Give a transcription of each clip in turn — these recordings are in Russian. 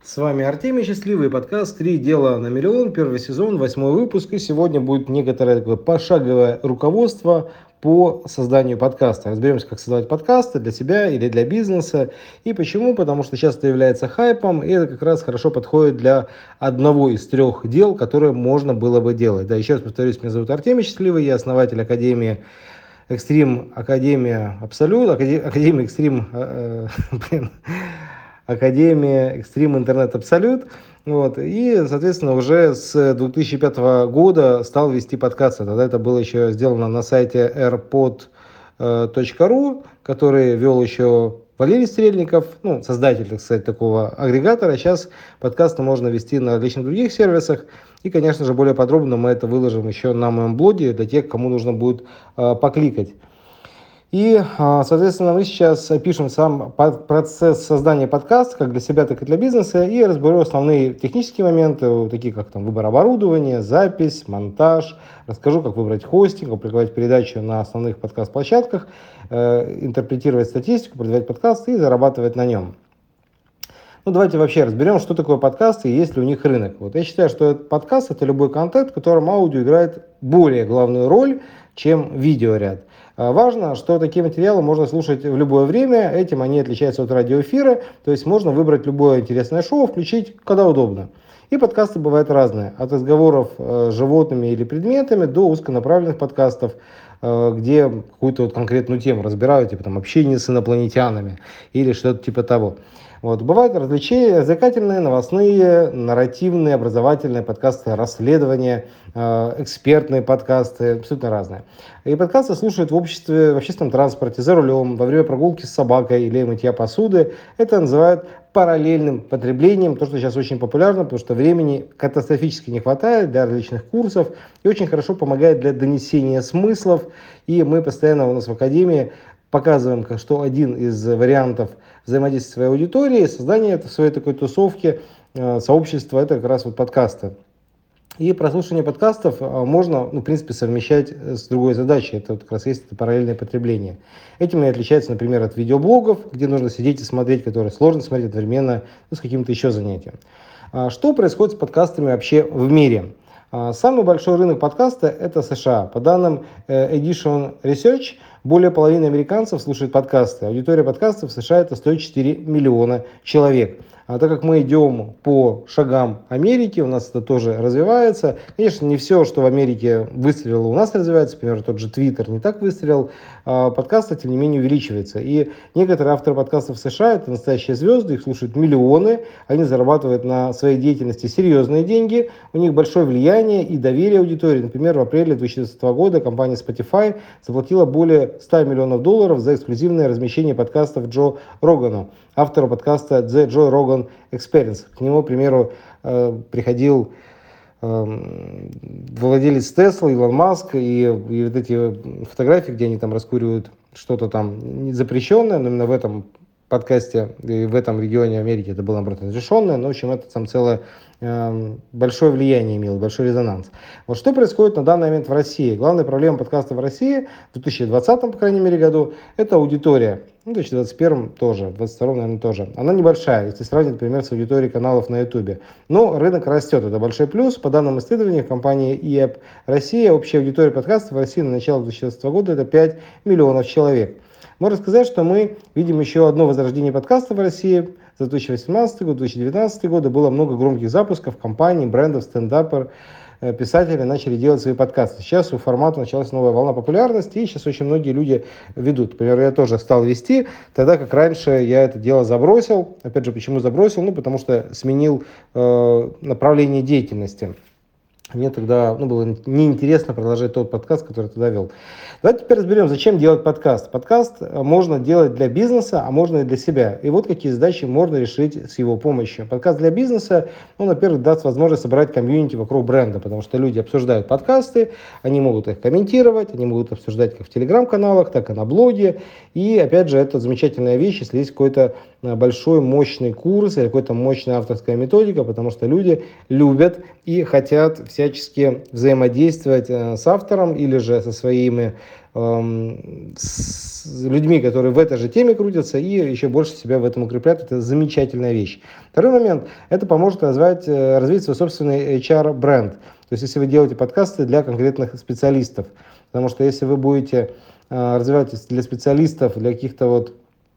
С вами Артемий, счастливый подкаст «Три дела на миллион», первый сезон, 8 выпуск. И сегодня будет некоторое такое пошаговое руководство по созданию подкаста. Разберемся, как создавать подкасты для себя или для бизнеса. И почему? Потому что сейчас это является хайпом, и это как раз хорошо подходит для одного из трех дел, которые можно было бы делать. Да, еще раз повторюсь, меня зовут Артемий Счастливый, я основатель Академии Экстрим, Академия Абсолют, Академия Экстрим, Академия Экстрим Интернет Абсолют. Вот. И, соответственно, уже с 2005 года стал вести подкасты. Тогда это было еще сделано на сайте airpod.ru, который вел еще Валерий Стрельников, создатель, так сказать, такого агрегатора. Сейчас подкасты можно вести на различных других сервисах. И, конечно же, более подробно мы это выложим еще на моем блоге для тех, кому нужно будет покликать. И, соответственно, мы сейчас опишем сам процесс создания подкаста, как для себя, так и для бизнеса, и разберу основные технические моменты, такие как выбор оборудования, запись, монтаж. Расскажу, как выбрать хостинг, как прикрывать передачу на основных подкаст-площадках, интерпретировать статистику, продавать подкасты и зарабатывать на нем. Давайте вообще разберем, что такое подкасты и есть ли у них рынок. Я считаю, что подкаст – это любой контент, в котором аудио играет более главную роль, чем видеоряд. Важно, что такие материалы можно слушать в любое время, этим они отличаются от радиоэфира, то есть можно выбрать любое интересное шоу, включить когда удобно. И подкасты бывают разные, от разговоров с животными или предметами до узконаправленных подкастов, где какую-то конкретную тему разбирают, типа общение с инопланетянами или что-то типа того. Бывают развлекательные, новостные, нарративные, образовательные подкасты, расследования, экспертные подкасты, абсолютно разные. И подкасты слушают в обществе, в общественном транспорте, за рулем, во время прогулки с собакой или мытья посуды. Это называют параллельным потреблением, то, что сейчас очень популярно, потому что времени катастрофически не хватает для различных курсов и очень хорошо помогает для донесения смыслов. И мы постоянно у нас в Академии показываем, что один из вариантов взаимодействия с своей аудиторией, создания своей такой тусовки, сообщества, это как раз подкасты. И прослушивание подкастов можно, в принципе, совмещать с другой задачей. Это как раз есть параллельное потребление. Этим и отличается, например, от видеоблогов, где нужно сидеть и смотреть, которые сложно смотреть одновременно с каким-то еще занятием. Что происходит с подкастами вообще в мире? Самый большой рынок подкаста – это США. По данным Edition Research, более половины американцев слушают подкасты. Аудитория подкастов в США – это 104 миллиона человек. А так как мы идем по шагам Америки, у нас это тоже развивается. Конечно, не все, что в Америке выстрелило, у нас развивается. Например, тот же Twitter не так выстрелил. Подкасты, тем не менее, увеличиваются. И некоторые авторы подкастов в США – это настоящие звезды, их слушают миллионы. Они зарабатывают на своей деятельности серьезные деньги. У них большое влияние и доверие аудитории. Например, в апреле 2020 года компания Spotify заплатила более $100 миллионов за эксклюзивное размещение подкастов Джо Рогану, автора подкаста The Joe Rogan Experience. К нему, к примеру, приходил владелец Tesla, Илон Маск, и вот эти фотографии, где они там раскуривают что-то там запрещенное, но именно в этом подкасте и в этом регионе Америки это было, наоборот, разрешенное, но, в общем, это там целое большое влияние имело, большой резонанс. Что происходит на данный момент в России? Главная проблема подкаста в России в 2020, по крайней мере, году – это аудитория. В 2021 тоже, в 2022, наверное, тоже. Она небольшая, если сравнить, например, с аудиторией каналов на YouTube. Но рынок растет, это большой плюс. По данным исследований компании ИЭП Россия, общая аудитория подкастов в России на начало 2020 года – это 5 миллионов человек. Можно сказать, что мы видим еще одно возрождение подкаста в России. За 2018 год, 2019 годы было много громких запусков компаний, брендов, стендапер, писатели начали делать свои подкасты. Сейчас у формата началась новая волна популярности, и сейчас очень многие люди ведут. Например, я тоже стал вести, тогда как раньше я это дело забросил. Опять же, почему забросил? Потому что сменил направление деятельности. Мне тогда было неинтересно продолжать тот подкаст, который тогда вел. Давайте теперь разберем, зачем делать подкаст. Подкаст можно делать для бизнеса, а можно и для себя. И вот какие задачи можно решить с его помощью. Подкаст для бизнеса, во-первых, даст возможность собрать комьюнити вокруг бренда, потому что люди обсуждают подкасты, они могут их комментировать, они могут обсуждать как в телеграм-каналах, так и на блоге. И, опять же, это замечательная вещь, если есть какой-то большой, мощный курс или какая-то мощная авторская методика, потому что люди любят и хотят всячески взаимодействовать с автором или же со своими с людьми, которые в этой же теме крутятся и еще больше себя в этом укрепляют. Это замечательная вещь. Второй момент, это поможет развить свой собственный HR-бренд. То есть, если вы делаете подкасты для конкретных специалистов. Потому что если вы будете развивать для специалистов, для каких-то вот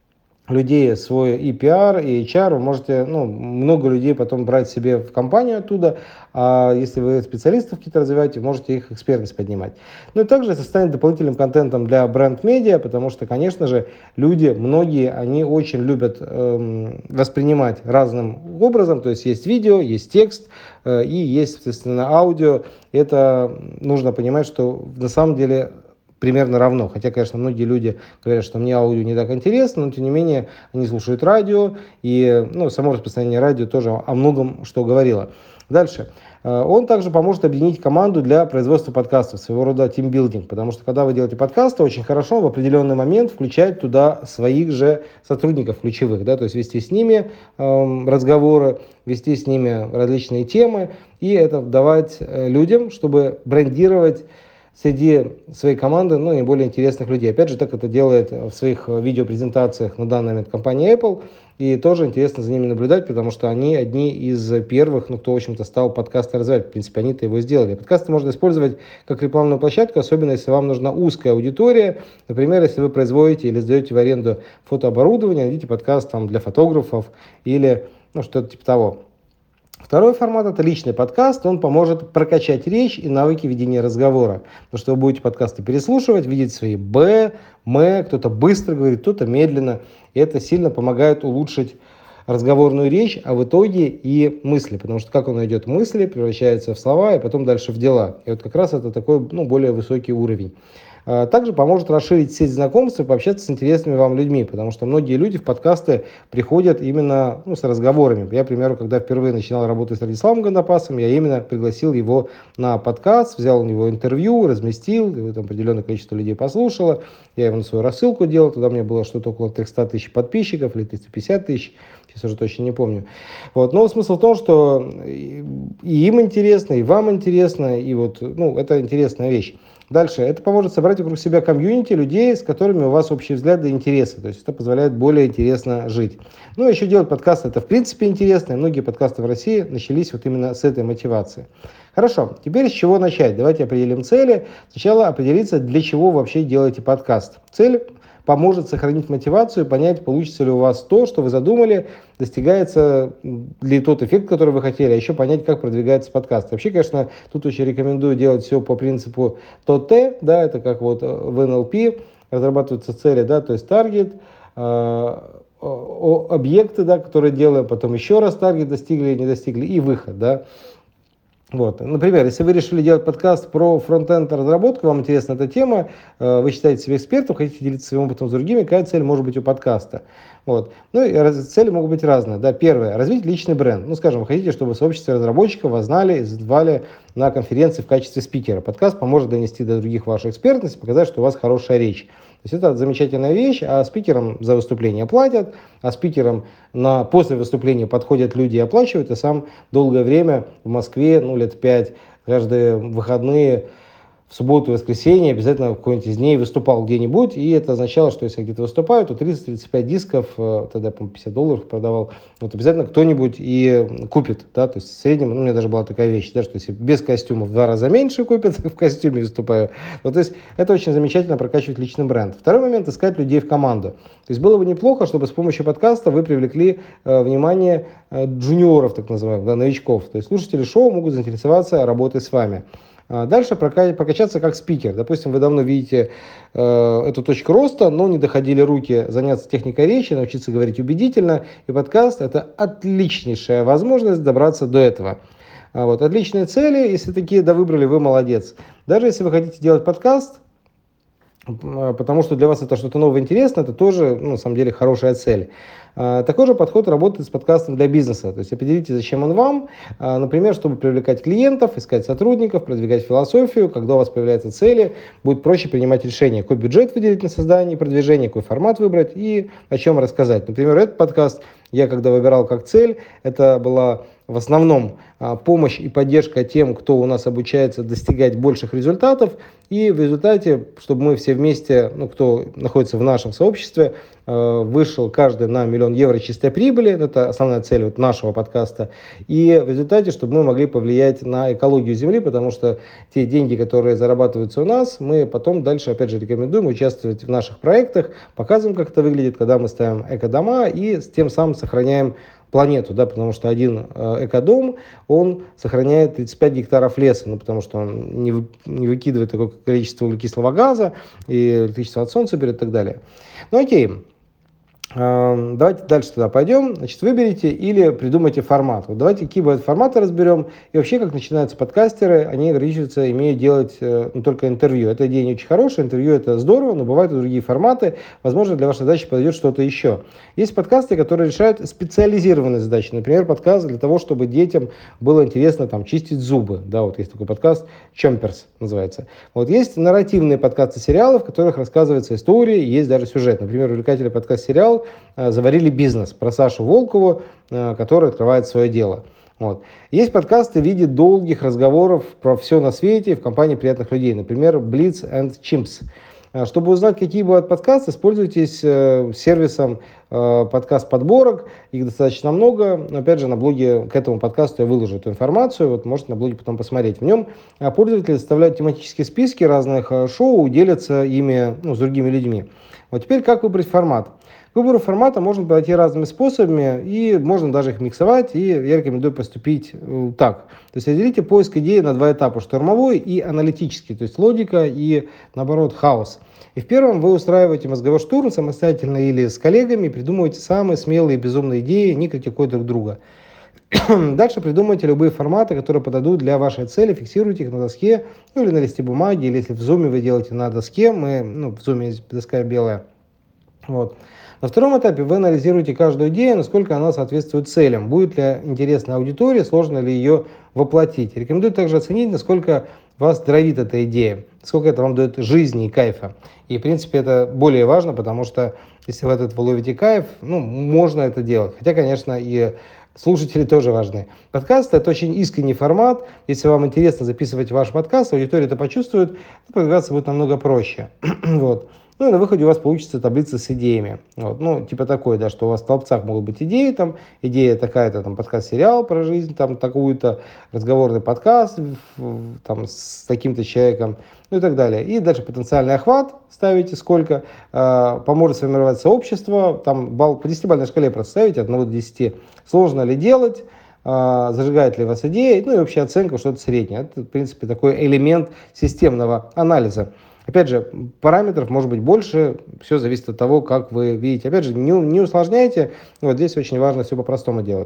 людей свой и PR, и HR, вы можете много людей потом брать себе в компанию оттуда, а если вы специалистов какие-то развиваете, можете их экспертность поднимать. Ну и также это станет дополнительным контентом для бренд-медиа, потому что, конечно же, люди, многие, они очень любят воспринимать разным образом, то есть есть видео, есть текст и есть, соответственно, аудио. Это нужно понимать, что на самом деле примерно равно. Хотя, конечно, многие люди говорят, что мне аудио не так интересно, но тем не менее они слушают радио, и само распространение радио тоже о многом что говорило. Дальше. Он также поможет объединить команду для производства подкастов, своего рода тимбилдинг, потому что когда вы делаете подкасты, очень хорошо в определенный момент включать туда своих же сотрудников ключевых, да, то есть вести с ними разговоры, вести с ними различные темы, и это давать людям, чтобы брендировать среди своей команды наиболее интересных людей. Опять же, так это делает в своих видеопрезентациях на данный момент компания Apple. И тоже интересно за ними наблюдать, потому что они одни из первых, кто, в общем-то, стал подкасты развивать. В принципе, они-то его сделали. Подкасты можно использовать как рекламную площадку, особенно если вам нужна узкая аудитория. Например, если вы производите или сдаете в аренду фотооборудование, найдите подкаст для фотографов или что-то типа того. Второй формат – это личный подкаст. Он поможет прокачать речь и навыки ведения разговора. Потому что вы будете подкасты переслушивать, видеть свои «б», «м», кто-то быстро говорит, кто-то медленно. И это сильно помогает улучшить разговорную речь, а в итоге и мысли. Потому что как он идет мысли, превращается в слова и потом дальше в дела. И вот как раз это такой более высокий уровень. Также поможет расширить сеть знакомств и пообщаться с интересными вам людьми, потому что многие люди в подкасты приходят именно с разговорами. Я, к примеру, когда впервые начинал работать с Радиславом Гандапасом, я именно пригласил его на подкаст, взял у него интервью, разместил, там определенное количество людей послушало, я ему на свою рассылку делал, тогда у меня было что-то около 300 тысяч подписчиков или 350 тысяч, сейчас уже точно не помню. Но смысл в том, что и им интересно, и вам интересно, и это интересная вещь. Дальше. Это поможет собрать вокруг себя комьюнити людей, с которыми у вас общие взгляды и интересы. То есть это позволяет более интересно жить. Еще делать подкасты это в принципе интересно. И многие подкасты в России начались именно с этой мотивации. Хорошо. Теперь с чего начать? Давайте определим цели. Сначала определиться, для чего вообще делаете подкаст. Цель поможет сохранить мотивацию, понять, получится ли у вас то, что вы задумали, достигается ли тот эффект, который вы хотели, а еще понять, как продвигается подкаст. Вообще, конечно, тут очень рекомендую делать все по принципу ТОТ, да, это как в НЛП разрабатываются цели, да, то есть таргет, объекты, да, которые делаем, потом еще раз таргет достигли, не достигли, и выход, да. Например, если вы решили делать подкаст про фронт-энд разработку, вам интересна эта тема, вы считаете себя экспертом, хотите делиться своим опытом с другими, какая цель может быть у подкаста? И цели могут быть разные. Да. Первое – развить личный бренд. Скажем, вы хотите, чтобы в сообществе разработчиков вас знали и звали на конференции в качестве спикера. Подкаст поможет донести до других вашу экспертность, показать, что у вас хорошая речь. То есть это замечательная вещь, а спикерам за выступление платят, а спикерам после выступления подходят люди и оплачивают. И сам долгое время в Москве, лет 5, каждые выходные, в субботу и воскресенье обязательно в какой-нибудь из дней выступал где-нибудь, и это означало, что если я где-то выступаю, то 30-35 дисков, тогда, по-моему, $50 продавал, обязательно кто-нибудь и купит, да, то есть в среднем, у меня даже была такая вещь, да, что если без костюма в 2 раза меньше купят, в костюме выступаю, то есть это очень замечательно прокачивать личный бренд. Второй момент – искать людей в команду. То есть было бы неплохо, чтобы с помощью подкаста вы привлекли внимание джуниоров, так называемых, да, новичков, то есть слушатели шоу могут заинтересоваться работой с вами. Дальше прокачаться как спикер. Допустим, вы давно видите эту точку роста, но не доходили руки заняться техникой речи, научиться говорить убедительно. И подкаст – это отличнейшая возможность добраться до этого. Отличные цели, если такие выбрали, вы молодец. Даже если вы хотите делать подкаст, потому что для вас это что-то новое интересное, это тоже, на самом деле, хорошая цель. Такой же подход работает с подкастом для бизнеса. То есть определите, зачем он вам. Например, чтобы привлекать клиентов, искать сотрудников, продвигать философию. Когда у вас появляются цели, будет проще принимать решения, какой бюджет выделить на создание и продвижение, какой формат выбрать и о чем рассказать. Например, этот подкаст я когда выбирал как цель, это была в основном помощь и поддержка тем, кто у нас обучается достигать больших результатов, и в результате, чтобы мы все вместе, кто находится в нашем сообществе, вышел каждый на 1 000 000 евро чистой прибыли, это основная цель вот нашего подкаста, и в результате, чтобы мы могли повлиять на экологию Земли, потому что те деньги, которые зарабатываются у нас, мы потом дальше, опять же, рекомендуем участвовать в наших проектах, показываем, как это выглядит, когда мы ставим эко-дома и тем самым сохраняем планету, да, потому что один экодом, он сохраняет 35 гектаров леса, потому что он не выкидывает такое количество углекислого газа, и электричество от солнца берет и так далее. Окей. Давайте дальше туда пойдем. Значит, выберите или придумайте формат. Вот давайте какие бывают форматы разберем. И вообще, как начинаются подкастеры, они ограничиваются, имеют делать только интервью. Эта идея не очень хорошая, интервью это здорово, но бывают и другие форматы. Возможно, для вашей задачи подойдет что-то еще. Есть подкасты, которые решают специализированные задачи. Например, подкаст для того, чтобы детям было интересно чистить зубы. Да, вот есть такой подкаст, Чомперс называется. Вот есть нарративные подкасты сериалов, в которых рассказывается история, есть даже сюжет. Например, увлекательный подкаст-сериал «Заварили бизнес» про Сашу Волкову, который открывает свое дело. Вот. Есть подкасты в виде долгих разговоров про все на свете в компании приятных людей. Например, Blitz and Chimps. Чтобы узнать, какие бывают подкасты, используйтесь сервисом подкаст-подборок. Их достаточно много. Опять же, на блоге к этому подкасту я выложу эту информацию. Вот можете на блоге потом посмотреть. В нем пользователи составляют тематические списки разных шоу, делятся ими с другими людьми. Вот теперь как выбрать формат? К выбору формата можно подойти разными способами, и можно даже их миксовать, и я рекомендую поступить так. То есть разделите поиск идеи на два этапа, штурмовой и аналитический, то есть логика и, наоборот, хаос. И в первом вы устраиваете мозговой штурм самостоятельно или с коллегами, придумываете самые смелые и безумные идеи, не критикуя друг друга. Дальше придумайте любые форматы, которые подойдут для вашей цели, фиксируйте их на доске, или на листе бумаги, или если в зуме вы делаете на доске, в зуме есть доска белая. Вот. На втором этапе вы анализируете каждую идею, насколько она соответствует целям, будет ли интересна аудитории, сложно ли ее воплотить. Рекомендую также оценить, насколько вас драйвит эта идея, сколько это вам дает жизни и кайфа. И, в принципе, это более важно, потому что если вы от этого ловите кайф, можно это делать. Хотя, конечно, и слушатели тоже важны. Подкаст – это очень искренний формат. Если вам интересно записывать ваш подкаст, аудитория это почувствует, то продвигаться будет намного проще. Вот. И на выходе у вас получится таблица с идеями. Вот. Типа такой, да, что у вас в столбцах могут быть идеи, идея такая-то, подкаст-сериал про жизнь, такую-то, разговорный подкаст, с таким-то человеком, и так далее. И дальше потенциальный охват ставите сколько, поможет сформировать сообщество, балл по 10-бальной шкале просто ставите от 1 до 10. Сложно ли делать, зажигает ли вас идея, и общая оценка, что-то среднее. Это, в принципе, такой элемент системного анализа. Опять же, параметров может быть больше, все зависит от того, как вы видите. Опять же, не усложняйте, вот здесь очень важно все по-простому делать.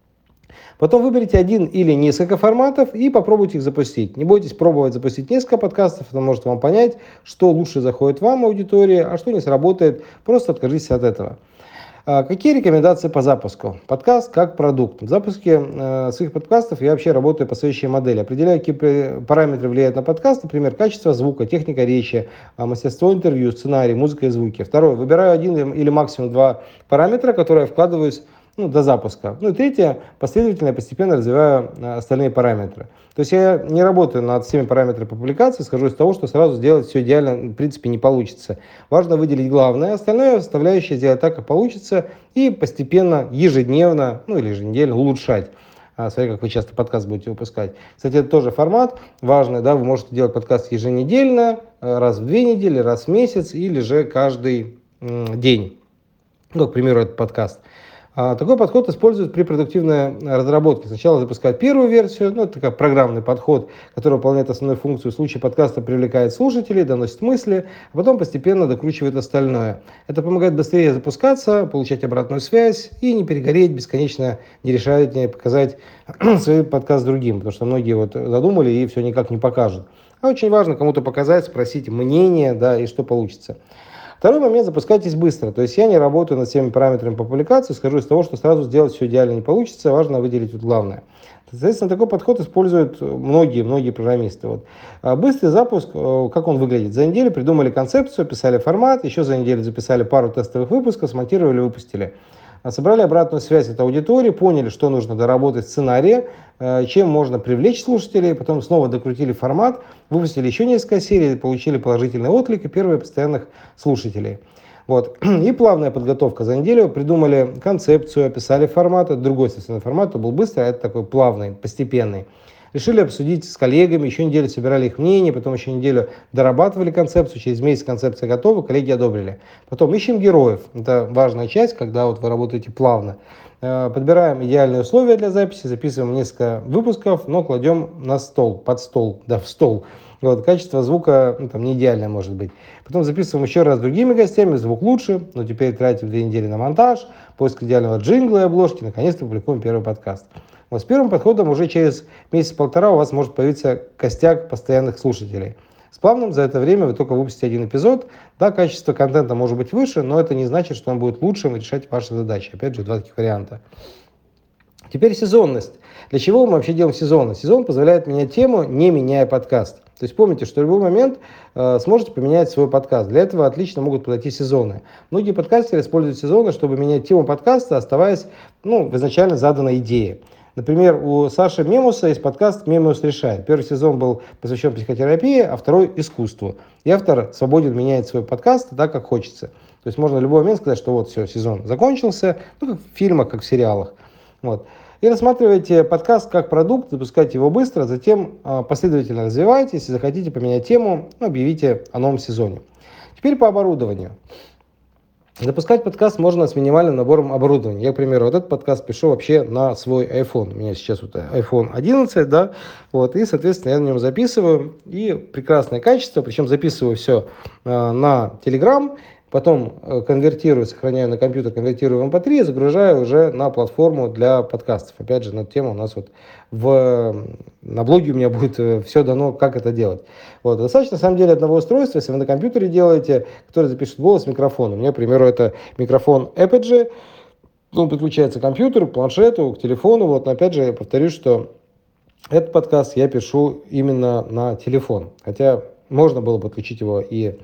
Потом выберите один или несколько форматов и попробуйте их запустить. Не бойтесь пробовать запустить несколько подкастов, это может вам понять, что лучше заходит вам, аудитории, а что не сработает, просто откажитесь от этого. Какие рекомендации по запуску? Подкаст как продукт. В запуске своих подкастов я вообще работаю по следующей модели. Определяю, какие параметры влияют на подкаст, например, качество звука, техника речи, мастерство интервью, сценарий, музыка и звуки. Второе, выбираю один или максимум два параметра, которые я вкладываюсь до запуска. И третье, последовательно и постепенно развиваю остальные параметры. То есть я не работаю над всеми параметрами по публикации, схожу из того, что сразу сделать все идеально в принципе не получится. Важно выделить главное, остальное составляющее сделать так, как получится, и постепенно, ежедневно, или еженедельно улучшать. Смотри, как вы часто подкаст будете выпускать. Кстати, это тоже формат важный, да, вы можете делать подкаст еженедельно, раз в 2 недели, раз в месяц, или же каждый день. К примеру, этот подкаст. Такой подход используют при продуктивной разработке. Сначала запускают первую версию, это такой программный подход, который выполняет основную функцию. В случае подкаста привлекает слушателей, доносит мысли, а потом постепенно докручивает остальное. Это помогает быстрее запускаться, получать обратную связь и не перегореть, бесконечно не решать, не показать свой подкаст другим, потому что многие задумали и все никак не покажут. А очень важно кому-то показать, спросить мнение, да, и что получится. Второй момент, запускайтесь быстро. То есть я не работаю над всеми параметрами по публикации, схожу из того, что сразу сделать все идеально не получится, важно выделить главное. Соответственно, такой подход используют многие программисты. Быстрый запуск, как он выглядит? За неделю придумали концепцию, писали формат, еще за неделю записали пару тестовых выпусков, смонтировали, выпустили. собрали обратную связь от аудитории, поняли, что нужно доработать в сценарии, чем можно привлечь слушателей, потом снова докрутили формат, выпустили еще несколько серий, получили положительный отклик и первые постоянных слушателей. Вот. И плавная подготовка. За неделю придумали концепцию, описали формат. Это другой, естественно, формат, то был быстрый, а это такой плавный, постепенный. Решили обсудить с коллегами, еще неделю собирали их мнение, потом еще неделю дорабатывали концепцию, через месяц концепция готова, коллеги одобрили. Потом ищем героев, это важная часть, когда вот вы работаете плавно. Подбираем идеальные условия для записи, записываем несколько выпусков, но кладем на стол, под стол, да, в стол. Вот, качество звука там, не идеальное может быть. Потом записываем еще раз с другими гостями, звук лучше, но теперь тратим 2 недели на монтаж, поиск идеального джингла и обложки, наконец-то публикуем первый подкаст. Вот с первым подходом уже через месяц-полтора у вас может появиться костяк постоянных слушателей. С плавным за это время вы только выпустите 1 эпизод. Да, качество контента может быть выше, но это не значит, что он будет лучшим и решать ваши задачи. Опять же, 2 таких варианта. Теперь сезонность. Для чего мы вообще делаем сезонность? Сезон позволяет менять тему, не меняя подкаст. То есть помните, что в любой момент сможете поменять свой подкаст. Для этого отлично могут подойти сезоны. Многие подкастеры используют сезоны, чтобы менять тему подкаста, оставаясь в изначально заданной идее. Например, у Саши Мемуса есть подкаст «Мемус решает». Первый сезон был посвящен психотерапии, а второй – искусству. И автор свободен менять свой подкаст так, как хочется. То есть можно в любой момент сказать, что вот все, сезон закончился, как в фильмах, как в сериалах. Вот. И рассматривайте подкаст как продукт, запускайте его быстро, затем последовательно развивайте. Если захотите поменять тему, объявите о новом сезоне. Теперь по оборудованию. Запускать подкаст можно с минимальным набором оборудования. Я, к примеру, вот этот подкаст пишу вообще на свой iPhone. У меня сейчас вот iPhone 11, да, вот, и, соответственно, я на нем записываю, и прекрасное качество, причем записываю все на Telegram, потом конвертирую, сохраняю на компьютер, конвертирую в MP3 и загружаю уже на платформу для подкастов. Опять же, на эту тему у нас вот на блоге у меня будет все дано, как это делать. Вот. Достаточно, на самом деле, одного устройства, если вы на компьютере делаете, который запишет голос с микрофоном. У меня, к примеру, это микрофон Apogee, он подключается к компьютеру, к планшету, к телефону. Вот. Но опять же, я повторюсь, что этот подкаст я пишу именно на телефон. Хотя можно было подключить его и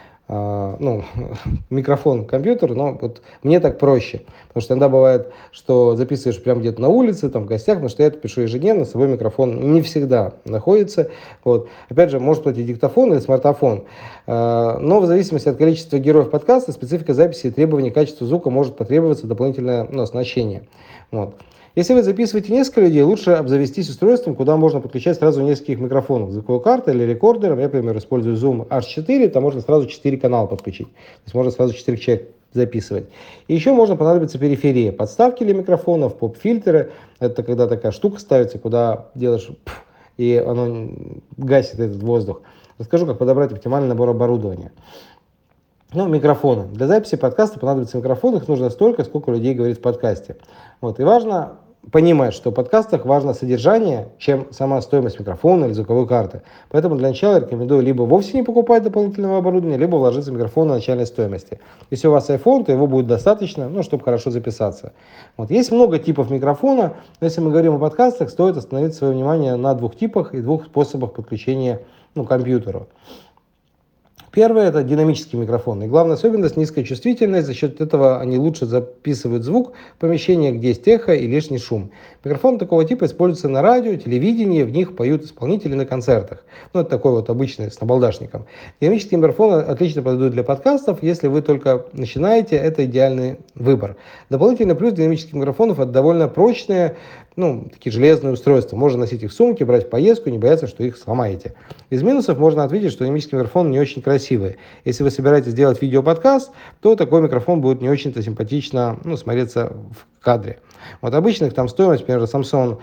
микрофон к компьютеру, но вот мне так проще, потому что иногда бывает, что записываешь прямо где-то на улице, там в гостях, потому что я это пишу ежедневно, с собой микрофон не всегда находится. Вот. Опять же, может быть и диктофон, или смартфон, но в зависимости от количества героев подкаста, специфика записи и требований к качеству звука может потребоваться дополнительное оснащение. Вот. Если вы записываете несколько людей, лучше обзавестись устройством, куда можно подключать сразу нескольких микрофонов. Звуковой карты или рекордером. Я, например, использую Zoom H4, там можно сразу 4 канала подключить. То есть можно сразу 4 человек записывать. И еще можно понадобиться периферия. Подставки для микрофонов, поп-фильтры. Это когда такая штука ставится, куда делаешь и оно гасит этот воздух. Расскажу, как подобрать оптимальный набор оборудования. Микрофоны. Для записи подкаста понадобится микрофон, их нужно столько, сколько людей говорит в подкасте. Вот. И важно понимать, что в подкастах важно содержание, чем сама стоимость микрофона или звуковой карты. Поэтому для начала я рекомендую либо вовсе не покупать дополнительного оборудования, либо вложиться в микрофон на начальной стоимости. Если у вас iPhone, то его будет достаточно, чтобы хорошо записаться. Вот. Есть много типов микрофона, но если мы говорим о подкастах, стоит остановить свое внимание на 2 типах и 2 способах подключения к компьютеру. Первое – это динамический микрофон. И главная особенность – низкая чувствительность. За счет этого они лучше записывают звук в помещении, где есть эхо и лишний шум. Микрофоны такого типа используются на радио, телевидении, в них поют исполнители на концертах. Это такой вот обычный с набалдашником. Динамические микрофоны отлично подойдут для подкастов. Если вы только начинаете, это идеальный выбор. Дополнительный плюс динамических микрофонов – это довольно прочные, такие железные устройства. Можно носить их в сумке, брать в поездку, не бояться, что их сломаете. Из минусов можно ответить, что динамический микрофон не очень красивый. Если вы собираетесь делать видеоподкаст, то такой микрофон будет не очень-то симпатично смотреться в кадре. Вот обычно их там стоимость, например, Samsung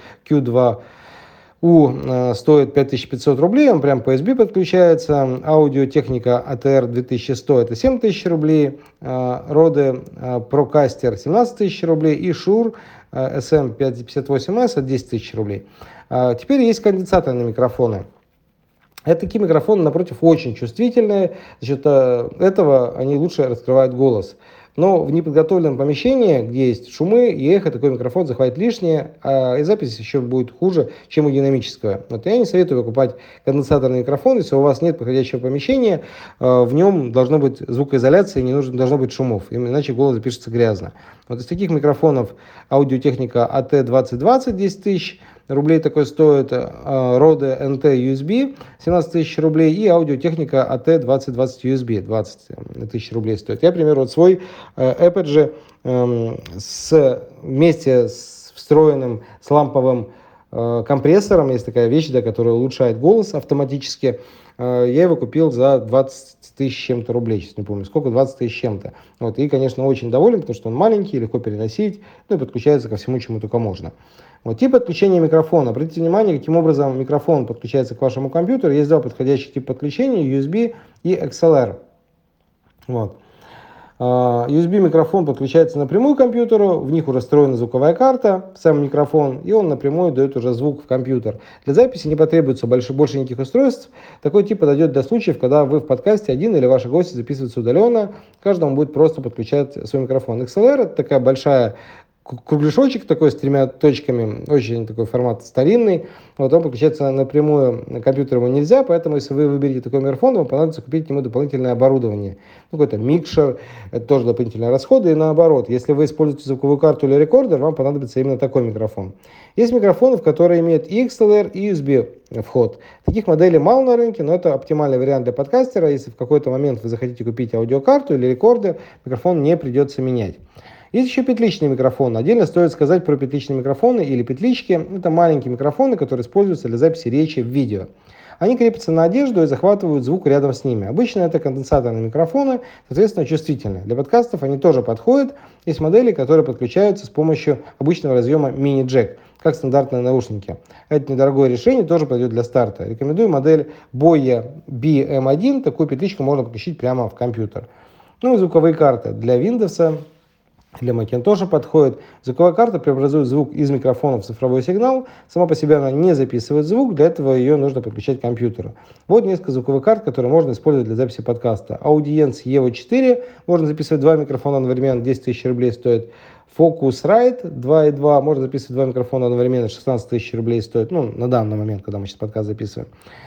Q2U стоит 5500 рублей, он прям по USB подключается. Аудиотехника ATR 2100 это 7000 рублей, Rode Procaster 17 тысяч рублей и Shure SM558S это 10 тысяч рублей. Теперь есть конденсаторные микрофоны. Это такие микрофоны, напротив, очень чувствительные. За счет этого они лучше раскрывают голос. Но в неподготовленном помещении, где есть шумы и эхо, такой микрофон захватит лишнее, и запись еще будет хуже, чем у динамического. Вот я не советую покупать конденсаторный микрофон, если у вас нет подходящего помещения, в нем должна быть звукоизоляция, не должно быть шумов, иначе голос запишется грязно. Вот из таких микрофонов Audio-Technica AT2020 10 тысяч рублей такой стоит, Rode NT USB 17 тысяч рублей и Audio-Technica AT2020 USB 20 тысяч рублей стоит. Я, например, вот свой Apogee вместе с встроенным с ламповым компрессором, есть такая вещь, да, которая улучшает голос автоматически, я его купил за 20 тысяч чем-то рублей, сейчас не помню сколько, 20 тысяч чем-то. Вот, и, конечно, очень доволен, потому что он маленький, легко переносить, ну и подключается ко всему, чему только можно. Вот, тип подключения микрофона. Обратите внимание, каким образом микрофон подключается к вашему компьютеру. Есть два подходящих типа подключения, USB и XLR. Вот. USB микрофон подключается напрямую к компьютеру, в них уже встроена звуковая карта, сам микрофон, и он напрямую дает уже звук в компьютер. Для записи не потребуется больше никаких устройств. Такой тип подойдет для случаев, когда вы в подкасте один или ваши гости записываются удаленно, каждому будет просто подключать свой микрофон. XLR — это такая большая кругляшочек такой с тремя точками, очень такой формат старинный. Вот он подключается напрямую, на компьютер его нельзя, поэтому если вы выберете такой микрофон, вам понадобится купить к нему дополнительное оборудование. Какой-то микшер, это тоже дополнительные расходы, и наоборот, если вы используете звуковую карту или рекордер, вам понадобится именно такой микрофон. Есть микрофоны, которые имеют и XLR, и USB вход. Таких моделей мало на рынке, но это оптимальный вариант для подкастера. Если в какой-то момент вы захотите купить аудиокарту или рекордер, микрофон не придется менять. Есть еще петличный микрофон. Отдельно стоит сказать про петличные микрофоны или петлички. Это маленькие микрофоны, которые используются для записи речи в видео. Они крепятся на одежду и захватывают звук рядом с ними. Обычно это конденсаторные микрофоны, соответственно, чувствительные. Для подкастов они тоже подходят. Есть модели, которые подключаются с помощью обычного разъема мини-джек, как стандартные наушники. Это недорогое решение, тоже подойдет для старта. Рекомендую модель Boya BM1. Такую петличку можно подключить прямо в компьютер. Ну и звуковые карты для Windows. Для Macintosh подходит. Звуковая карта преобразует звук из микрофона в цифровой сигнал. Сама по себе она не записывает звук, для этого ее нужно подключать к компьютеру. Вот несколько звуковых карт, которые можно использовать для записи подкаста. Audience EVO4, можно записывать два микрофона одновременно, 10 тысяч рублей стоит. Focusrite 2.2, можно записывать два микрофона одновременно, 16 тысяч рублей стоит, ну, на данный момент, когда мы сейчас подкаст записываем.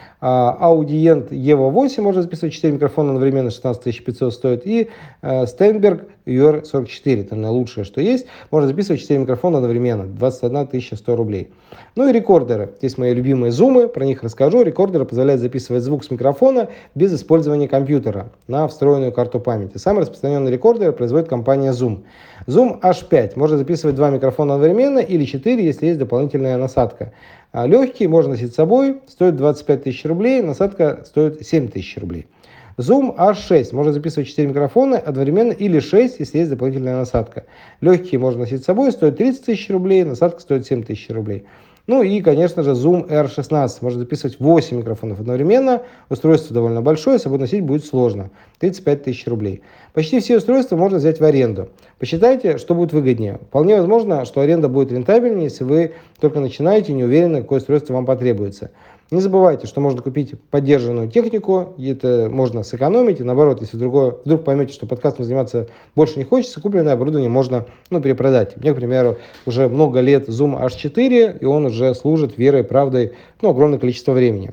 Audient EVO 8 можно записывать 4 микрофона одновременно, 16 500 стоит. И Steinberg UR44, это наилучшее, что есть. Можно записывать 4 микрофона одновременно, 21 100 рублей. Ну и рекордеры. Здесь мои любимые зумы, про них расскажу. Рекордеры позволяют записывать звук с микрофона без использования компьютера на встроенную карту памяти. Самый распространенный рекордер производит компания Zoom. Zoom H5 можно записывать два микрофона одновременно или 4, если есть дополнительная насадка. Легкий можно носить с собой, стоит 25 тысяч рублей, насадка стоит 7 тысяч рублей. Zoom H6 можно записывать 4 микрофона одновременно или 6, если есть дополнительная насадка. Легкий можно носить с собой, стоит 30 тысяч рублей, насадка стоит 7 тысяч рублей. Ну и, конечно же, Zoom R16. Можно записывать 8 микрофонов одновременно. Устройство довольно большое, с собой носить будет сложно. 35 тысяч рублей. Почти все устройства можно взять в аренду. Посчитайте, что будет выгоднее. Вполне возможно, что аренда будет рентабельнее, если вы только начинаете и не уверены, какое устройство вам потребуется. Не забывайте, что можно купить поддержанную технику, и это можно сэкономить, и наоборот, если вдруг поймете, что подкастом заниматься больше не хочется, купленное оборудование можно перепродать. Мне, к примеру, уже много лет Zoom H4, и он уже служит верой и правдой огромное количество времени.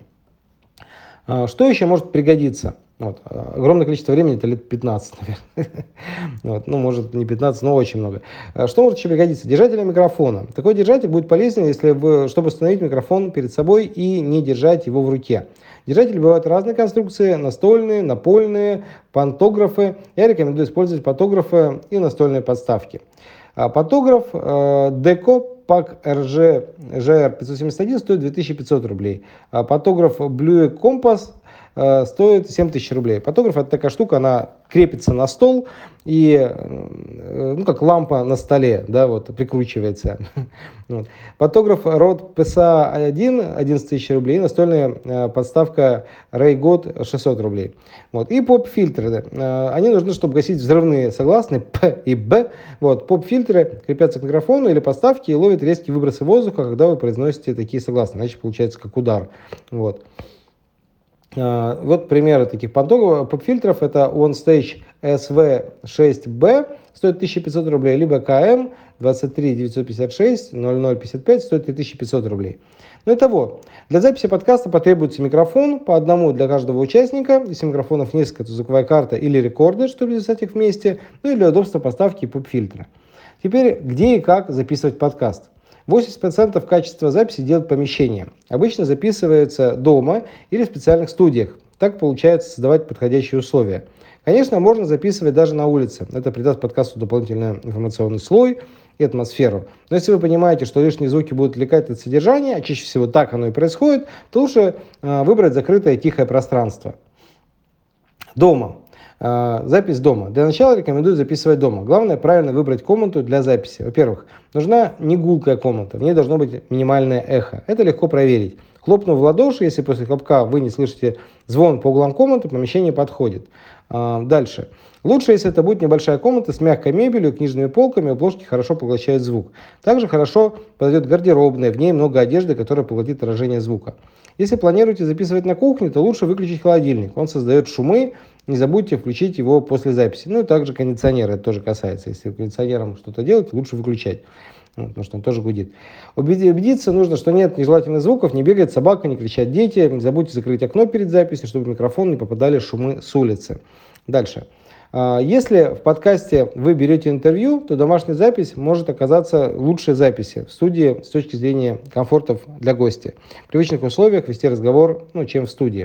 Что еще может пригодиться? Огромное количество времени, это лет 15, наверное. Может не 15, но очень много. Что может еще пригодиться? Держатель микрофона. Такой держатель будет полезен, чтобы установить микрофон перед собой и не держать его в руке. Держатели бывают разной конструкции: настольные, напольные, пантографы. Я рекомендую использовать пантографы и настольные подставки. Пантограф Deco Pack RG GR571 стоит 2500 рублей. Пантограф Blue Compass стоит 7 тысяч рублей. Пантограф — это такая штука, она крепится на стол и, как лампа на столе, прикручивается. Пантограф Rode PSA-1 11 тысяч рублей, настольная подставка Ray-God 600 рублей. И поп-фильтры. Они нужны, чтобы гасить взрывные согласные П и Б. Поп-фильтры крепятся к микрофону или подставке и ловят резкие выбросы воздуха, когда вы произносите такие согласные. Иначе получается как удар. Примеры таких поп-фильтров: это OneStage SV6B стоит 1500 рублей, либо КМ 23956 0055 стоит 3500 рублей. Ну, итого, для записи подкаста потребуется микрофон, по одному для каждого участника. Если микрофонов несколько, то звуковая карта или рекордер, чтобы записать их вместе, ну и для удобства поставки поп-фильтра. Теперь, где и как записывать подкаст? 80% качества записи делает помещение. Обычно записывается дома или в специальных студиях. Так получается создавать подходящие условия. Конечно, можно записывать даже на улице. Это придаст подкасту дополнительный информационный слой и атмосферу. Но если вы понимаете, что лишние звуки будут отвлекать от содержания, а чаще всего так оно и происходит, то лучше выбрать закрытое тихое пространство. Дома. Запись дома. Для начала рекомендую записывать дома. Главное правильно выбрать комнату для записи. Во-первых, нужна не гулкая комната, в ней должно быть минимальное эхо. Это легко проверить. Хлопнув в ладоши, если после хлопка вы не слышите звон по углам комнаты, помещение подходит. Дальше. Лучше, если это будет небольшая комната с мягкой мебелью, книжными полками, обложки хорошо поглощают звук. Также хорошо подойдет гардеробная, в ней много одежды, которая поглотит отражение звука. Если планируете записывать на кухне, то лучше выключить холодильник. Он создает шумы, не забудьте включить его после записи. Ну и также кондиционер, это тоже касается. Если кондиционером что-то делать, лучше выключать, потому что он тоже гудит. Убедиться нужно, что нет нежелательных звуков, не бегает собака, не кричат дети. Не забудьте закрыть окно перед записью, чтобы в микрофон не попадали шумы с улицы. Дальше. Если в подкасте вы берете интервью, то домашняя запись может оказаться лучшей записи в студии с точки зрения комфортов для гостя. В привычных условиях вести разговор, чем в студии.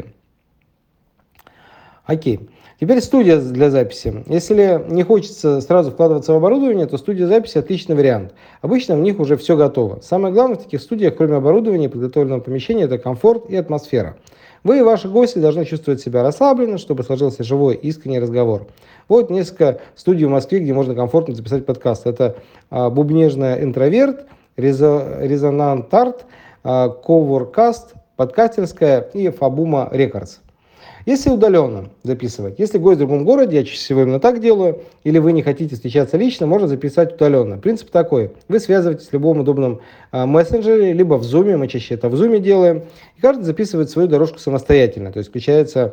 Окей. Теперь студия для записи. Если не хочется сразу вкладываться в оборудование, то студия записи отличный вариант. Обычно в них уже все готово. Самое главное в таких студиях, кроме оборудования и подготовленного помещения, это комфорт и атмосфера. Вы и ваши гости должны чувствовать себя расслабленно, чтобы сложился живой, искренний разговор. Вот несколько студий в Москве, где можно комфортно записать подкаст. Это Бубнежная Интроверт, Резонант Арт, Коворкаст, Подкастерская и Фабума Рекордс. Если удаленно записывать, если гость в другом городе, я чаще всего именно так делаю, или вы не хотите встречаться лично, можно записать удаленно. Принцип такой. Вы связываетесь в любом удобном мессенджере, либо в Zoom, мы чаще это в Zoom делаем, и каждый записывает свою дорожку самостоятельно. То есть включается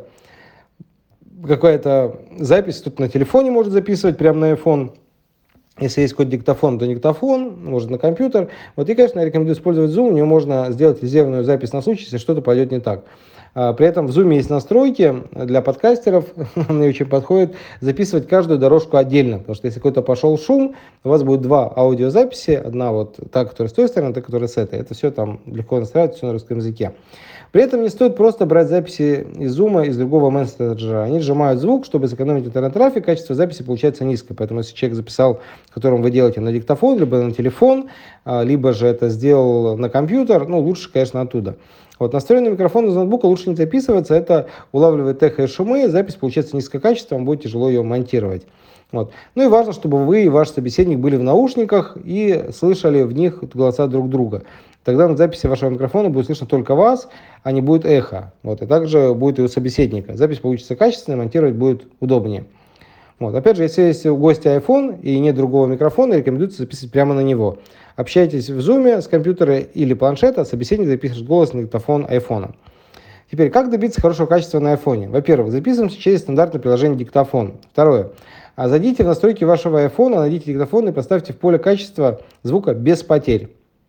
какая-то запись, кто-то на телефоне может записывать прямо на iPhone. Если есть какой-то диктофон, то диктофон, может на компьютер. Вот и, конечно, я рекомендую использовать Zoom, у него можно сделать резервную запись на случай, если что-то пойдет не так. При этом в Zoom есть настройки для подкастеров, мне очень подходит, записывать каждую дорожку отдельно, потому что если какой-то пошел шум, у вас будет два аудиозаписи, одна вот та, которая с той стороны, та, которая с этой. Это все там легко настраивать, все на русском языке. При этом не стоит просто брать записи из Zoom, из другого мессенджера. Они сжимают звук, чтобы сэкономить интернет-трафик, качество записи получается низкое. Поэтому если человек записал, которым вы делаете на диктофон, либо на телефон, либо же это сделал на компьютер, лучше, конечно, оттуда. Вот, настроенный микрофон из ноутбука лучше не записываться, это улавливает эхо и шумы, запись получается низкокачественная, вам будет тяжело ее монтировать. Вот. Ну и важно, чтобы вы и ваш собеседник были в наушниках и слышали в них голоса друг друга. Тогда на записи вашего микрофона будет слышно только вас, а не будет эхо. Вот. И также будет и у собеседника. Запись получится качественной, монтировать будет удобнее. Вот. Опять же, если есть у гостя iPhone и нет другого микрофона, рекомендуется записывать прямо на него. Общайтесь в Zoom с компьютера или планшета, а собеседник записывает голос на диктофон iPhone. Теперь, как добиться хорошего качества на iPhone? Во-первых, записываемся через стандартное приложение диктофон. Второе. Зайдите в настройки вашего iPhone, найдите диктофон и поставьте в поле качества звука без потерь.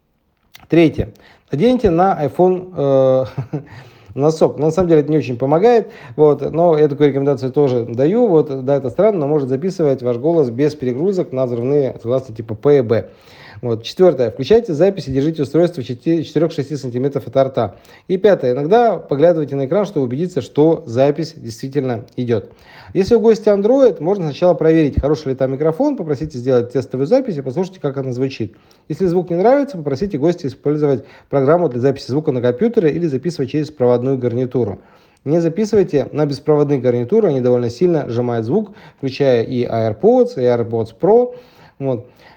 Третье. Наденьте на iPhone носок. Но на самом деле это не очень помогает, но я такую рекомендацию тоже даю. Да, это странно, но может записывать ваш голос без перегрузок на взрывные, согласно типа П и Б. Четвертое. Включайте запись и держите устройство в 4-6 см от рта. И пятое. Иногда поглядывайте на экран, чтобы убедиться, что запись действительно идет. Если у гостя Android, можно сначала проверить, хороший ли там микрофон, попросите сделать тестовую запись и послушайте, как она звучит. Если звук не нравится, попросите гостя использовать программу для записи звука на компьютере или записывать через проводную гарнитуру. Не записывайте на беспроводные гарнитуры, они довольно сильно сжимают звук, включая и AirPods, и AirPods Pro.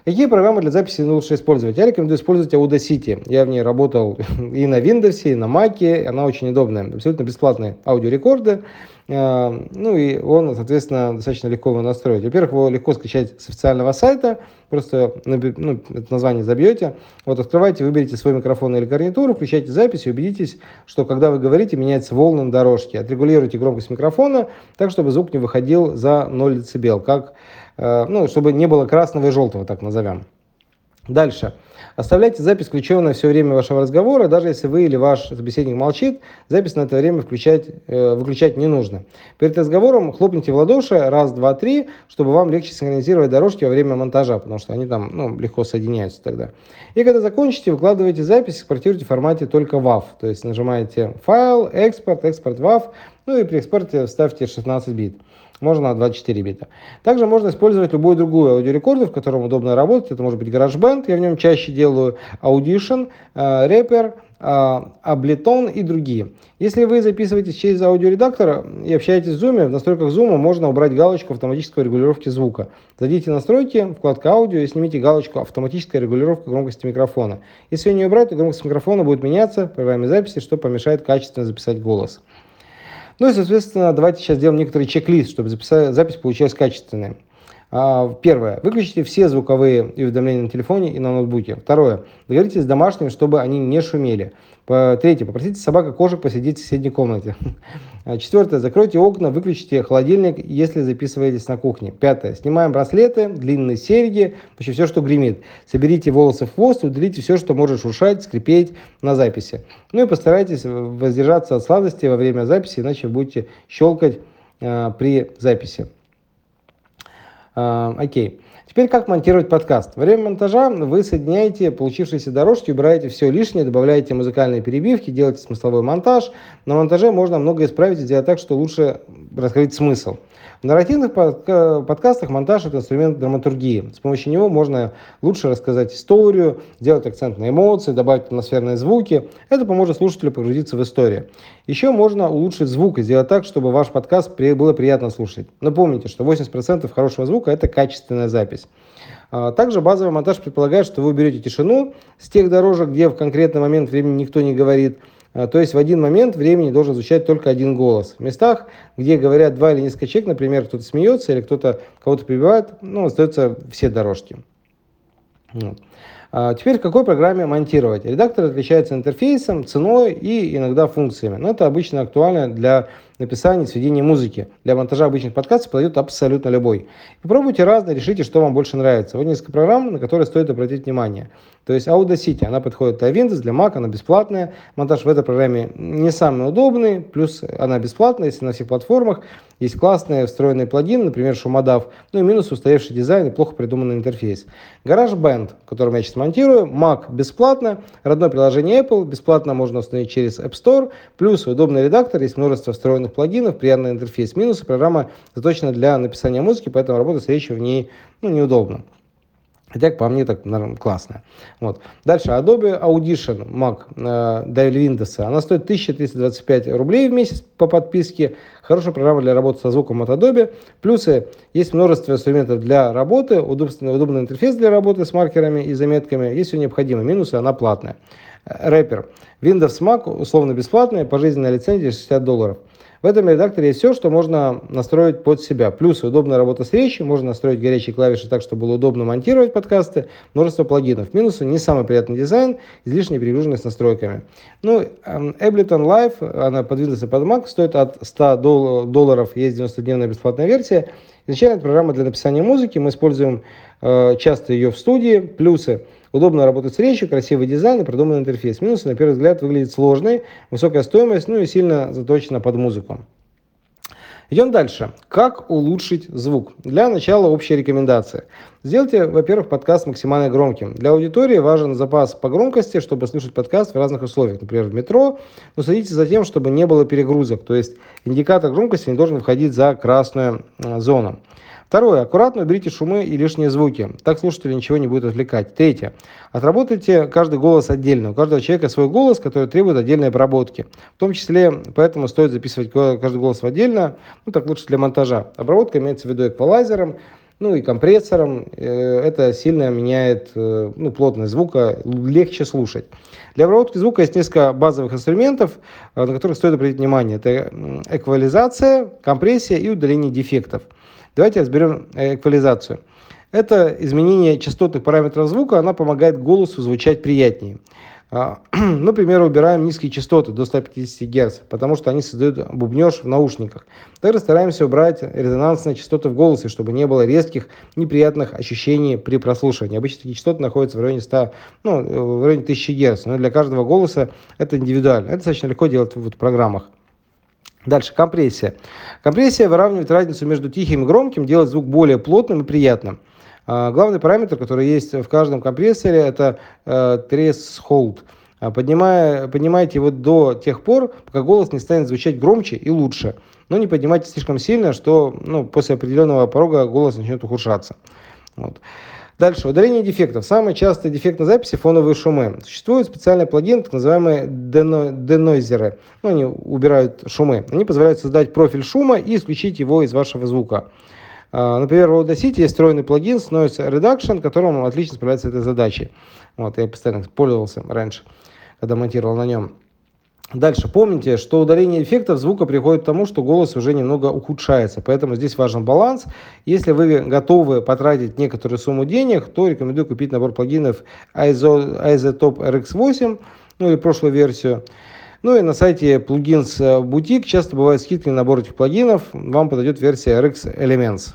Какие программы для записи лучше использовать? Я рекомендую использовать Audacity. Я в ней работал и на Windows, и на Mac. Она очень удобная. Абсолютно бесплатные аудиорекорды. Ну и он, соответственно, достаточно легко его настроить. Во-первых, его легко скачать с официального сайта. Просто это название забьете. Вот открывайте, выберите свой микрофон или гарнитуру, включайте запись и убедитесь, что когда вы говорите, меняется волна на дорожке. Отрегулируйте громкость микрофона так, чтобы звук не выходил за 0 дБ, чтобы не было красного и желтого, так назовем. Дальше. Оставляйте запись включенной все время вашего разговора, даже если вы или ваш собеседник молчит, запись на это время выключать не нужно. Перед разговором хлопните в ладоши раз, два, три, чтобы вам легче синхронизировать дорожки во время монтажа, потому что они там легко соединяются тогда. И когда закончите, выкладываете запись, экспортируйте в формате только WAV, то есть нажимаете «Файл», «Экспорт», «Экспорт WAV», и при экспорте ставьте 16 бит. Можно 24 бита. Также можно использовать любую другую аудиорекорду, в котором удобно работать. Это может быть GarageBand, я в нем чаще делаю Audition, Reaper, Ableton и другие. Если вы записываетесь через аудиоредактор и общаетесь в Zoom, в настройках Zoom можно убрать галочку автоматической регулировки звука. Зайдите в настройки, вкладка аудио и снимите галочку автоматическая регулировка громкости микрофона. Если ее не убрать, то громкость микрофона будет меняться в программе записи, что помешает качественно записать голос. Ну и, соответственно, давайте сейчас сделаем некоторый чек-лист, чтобы запись получилась качественной. Первое. Выключите все звуковые уведомления на телефоне и на ноутбуке. Второе. Договоритесь с домашними, чтобы они не шумели. Третье. Попросите собака-кошек посидеть в соседней комнате. Четвертое. Закройте окна, выключите холодильник, если записываетесь на кухне. Пятое. Снимаем браслеты, длинные серьги, вообще все, что гремит. Соберите волосы в хвост, удалите все, что может шуршать, скрипеть на записи. Ну и постарайтесь воздержаться от сладости во время записи, иначе будете щелкать при записи. Окей. Теперь как монтировать подкаст? Во время монтажа вы соединяете получившиеся дорожки, убираете все лишнее, добавляете музыкальные перебивки, делаете смысловой монтаж. На монтаже можно многое исправить и сделать так, что лучше раскрыть смысл. В нарративных подкастах монтаж – это инструмент драматургии. С помощью него можно лучше рассказать историю, сделать акцент на эмоции, добавить атмосферные звуки. Это поможет слушателю погрузиться в историю. Еще можно улучшить звук и сделать так, чтобы ваш подкаст было приятно слушать. Но помните, что 80% хорошего звука – это качественная запись. Также базовый монтаж предполагает, что вы берете тишину с тех дорожек, где в конкретный момент времени никто не говорит. То есть в один момент времени должен звучать только один голос. В местах, где говорят два или несколько человек, например, кто-то смеется или кто-то кого-то перебивает, остаются все дорожки. Теперь в какой программе монтировать? Редактор отличается интерфейсом, ценой и иногда функциями. Но это обычно актуально для написания и сведения музыки. Для монтажа обычных подкастов подойдет абсолютно любой. Попробуйте разные, решите, что вам больше нравится. Вот несколько программ, на которые стоит обратить внимание. То есть Audacity, она подходит для Windows, для Mac, она бесплатная. Монтаж в этой программе не самый удобный, плюс она бесплатная, если на всех платформах. Есть классные встроенные плагины, например, шумодав. Ну и минус устаревший дизайн и плохо придуманный интерфейс. GarageBand, которым я сейчас монтирую, Mac бесплатно, родное приложение Apple, бесплатно можно установить через App Store, плюс удобный редактор, есть множество встроенных плагинов, приятный интерфейс. Минусы: программа заточена для написания музыки, поэтому работать с речью в ней неудобно. Хотя, по мне, так, наверное, классно. Вот. Дальше. Adobe Audition Mac для Windows. Она стоит 1325 рублей в месяц по подписке. Хорошая программа для работы со звуком от Adobe. Плюсы: есть множество инструментов для работы, удобный интерфейс для работы с маркерами и заметками, если необходимо. Минусы: она платная. Reaper. Windows Mac условно бесплатная, пожизненная лицензия $60. В этом редакторе есть все, что можно настроить под себя. Плюс удобная работа с речью, можно настроить горячие клавиши так, чтобы было удобно монтировать подкасты, множество плагинов. Минусы: не самый приятный дизайн, излишняя перегруженность настройками. Ableton Live, она под Windows и под Mac, стоит от $100, есть 90-дневная бесплатная версия. Изначально это программа для написания музыки, мы используем часто ее в студии. Плюсы: удобно работать с речью, красивый дизайн и продуманный интерфейс. Минусы: на первый взгляд, выглядит сложной, высокая стоимость, и сильно заточена под музыку. Идем дальше. Как улучшить звук? Для начала общая рекомендация. Сделайте, во-первых, подкаст максимально громким. Для аудитории важен запас по громкости, чтобы слушать подкаст в разных условиях, например, в метро, но следите за тем, чтобы не было перегрузок, то есть индикатор громкости не должен входить за красную зону. Второе. Аккуратно уберите шумы и лишние звуки. Так слушателя ничего не будет отвлекать. Третье. Отработайте каждый голос отдельно. У каждого человека свой голос, который требует отдельной обработки. В том числе, поэтому стоит записывать каждый голос отдельно. Так лучше для монтажа. Обработка имеется в виду эквалайзером, ну и компрессором. Это сильно меняет плотность звука, легче слушать. Для обработки звука есть несколько базовых инструментов, на которых стоит обратить внимание. Это эквализация, компрессия и удаление дефектов. Давайте разберем эквализацию. Это изменение частотных параметров звука, она помогает голосу звучать приятнее. Например, убираем низкие частоты до 150 Гц, потому что они создают бубнеж в наушниках. Также стараемся убрать резонансные частоты в голосе, чтобы не было резких, неприятных ощущений при прослушивании. Обычно такие частоты находятся в районе 100, в районе 1000 Гц, но для каждого голоса это индивидуально. Это достаточно легко делать в программах. Дальше, компрессия. Компрессия выравнивает разницу между тихим и громким, делает звук более плотным и приятным. Главный параметр, который есть в каждом компрессоре, это threshold. Поднимайте его до тех пор, пока голос не станет звучать громче и лучше. Но не поднимайте слишком сильно, что после определенного порога голос начнет ухудшаться. Вот. Дальше, удаление дефектов. Самый частый дефект на записи – фоновые шумы. Существует специальный плагин, так называемые денойзеры. Они убирают шумы. Они позволяют создать профиль шума и исключить его из вашего звука. Например, в Audacity есть встроенный плагин Noise Reduction, которым отлично справляется с этой задачей. Я постоянно пользовался раньше, когда монтировал на нем. Дальше, помните, что удаление эффектов звука приходит к тому, что голос уже немного ухудшается, поэтому здесь важен баланс. Если вы готовы потратить некоторую сумму денег, то рекомендую купить набор плагинов iZotope RX8, или прошлую версию. И на сайте Plugins Boutique часто бывают скидки на набор этих плагинов, вам подойдет версия RX Elements.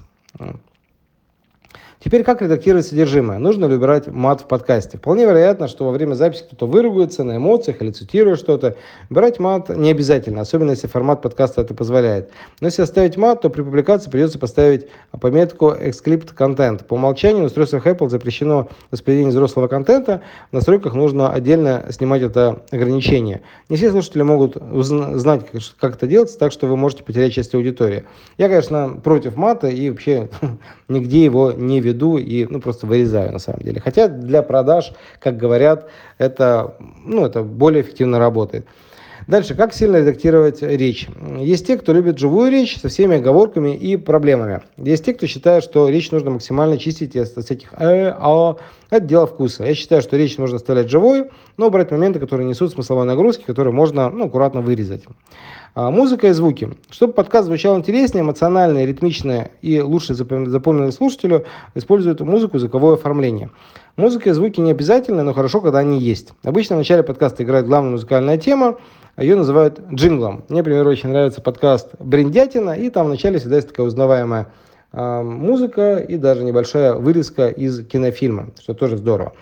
Теперь, как редактировать содержимое? Нужно ли убирать мат в подкасте? Вполне вероятно, что во время записи кто-то выругается на эмоциях или цитирует что-то. Убирать мат не обязательно, особенно если формат подкаста это позволяет. Но если оставить мат, то при публикации придется поставить пометку Excluded Content. По умолчанию на устройствах Apple запрещено воспроизведение взрослого контента. В настройках нужно отдельно снимать это ограничение. Не все слушатели могут знать, как это делается, так что вы можете потерять часть аудитории. Я, конечно, против мата и вообще нигде его не веду и просто вырезаю на самом деле. Хотя для продаж, как говорят, это более эффективно работает. Дальше, как сильно редактировать речь? Есть те, кто любит живую речь со всеми оговорками и проблемами. Есть те, кто считает, что речь нужно максимально чистить от всяких это дело вкуса. Я считаю, что речь нужно оставлять живой, но брать моменты, которые несут смысловой нагрузки, которые можно аккуратно вырезать. Музыка и звуки. Чтобы подкаст звучал интереснее, эмоционально, ритмично и лучше запомнилось слушателю, используют музыку и звуковое оформление. Музыка и звуки не обязательны, но хорошо, когда они есть. Обычно в начале подкаста играет главная музыкальная тема, ее называют джинглом. Мне, например, очень нравится подкаст «Бриндятина», и там в начале всегда есть такая узнаваемая музыка и даже небольшая вырезка из кинофильма, что тоже здорово.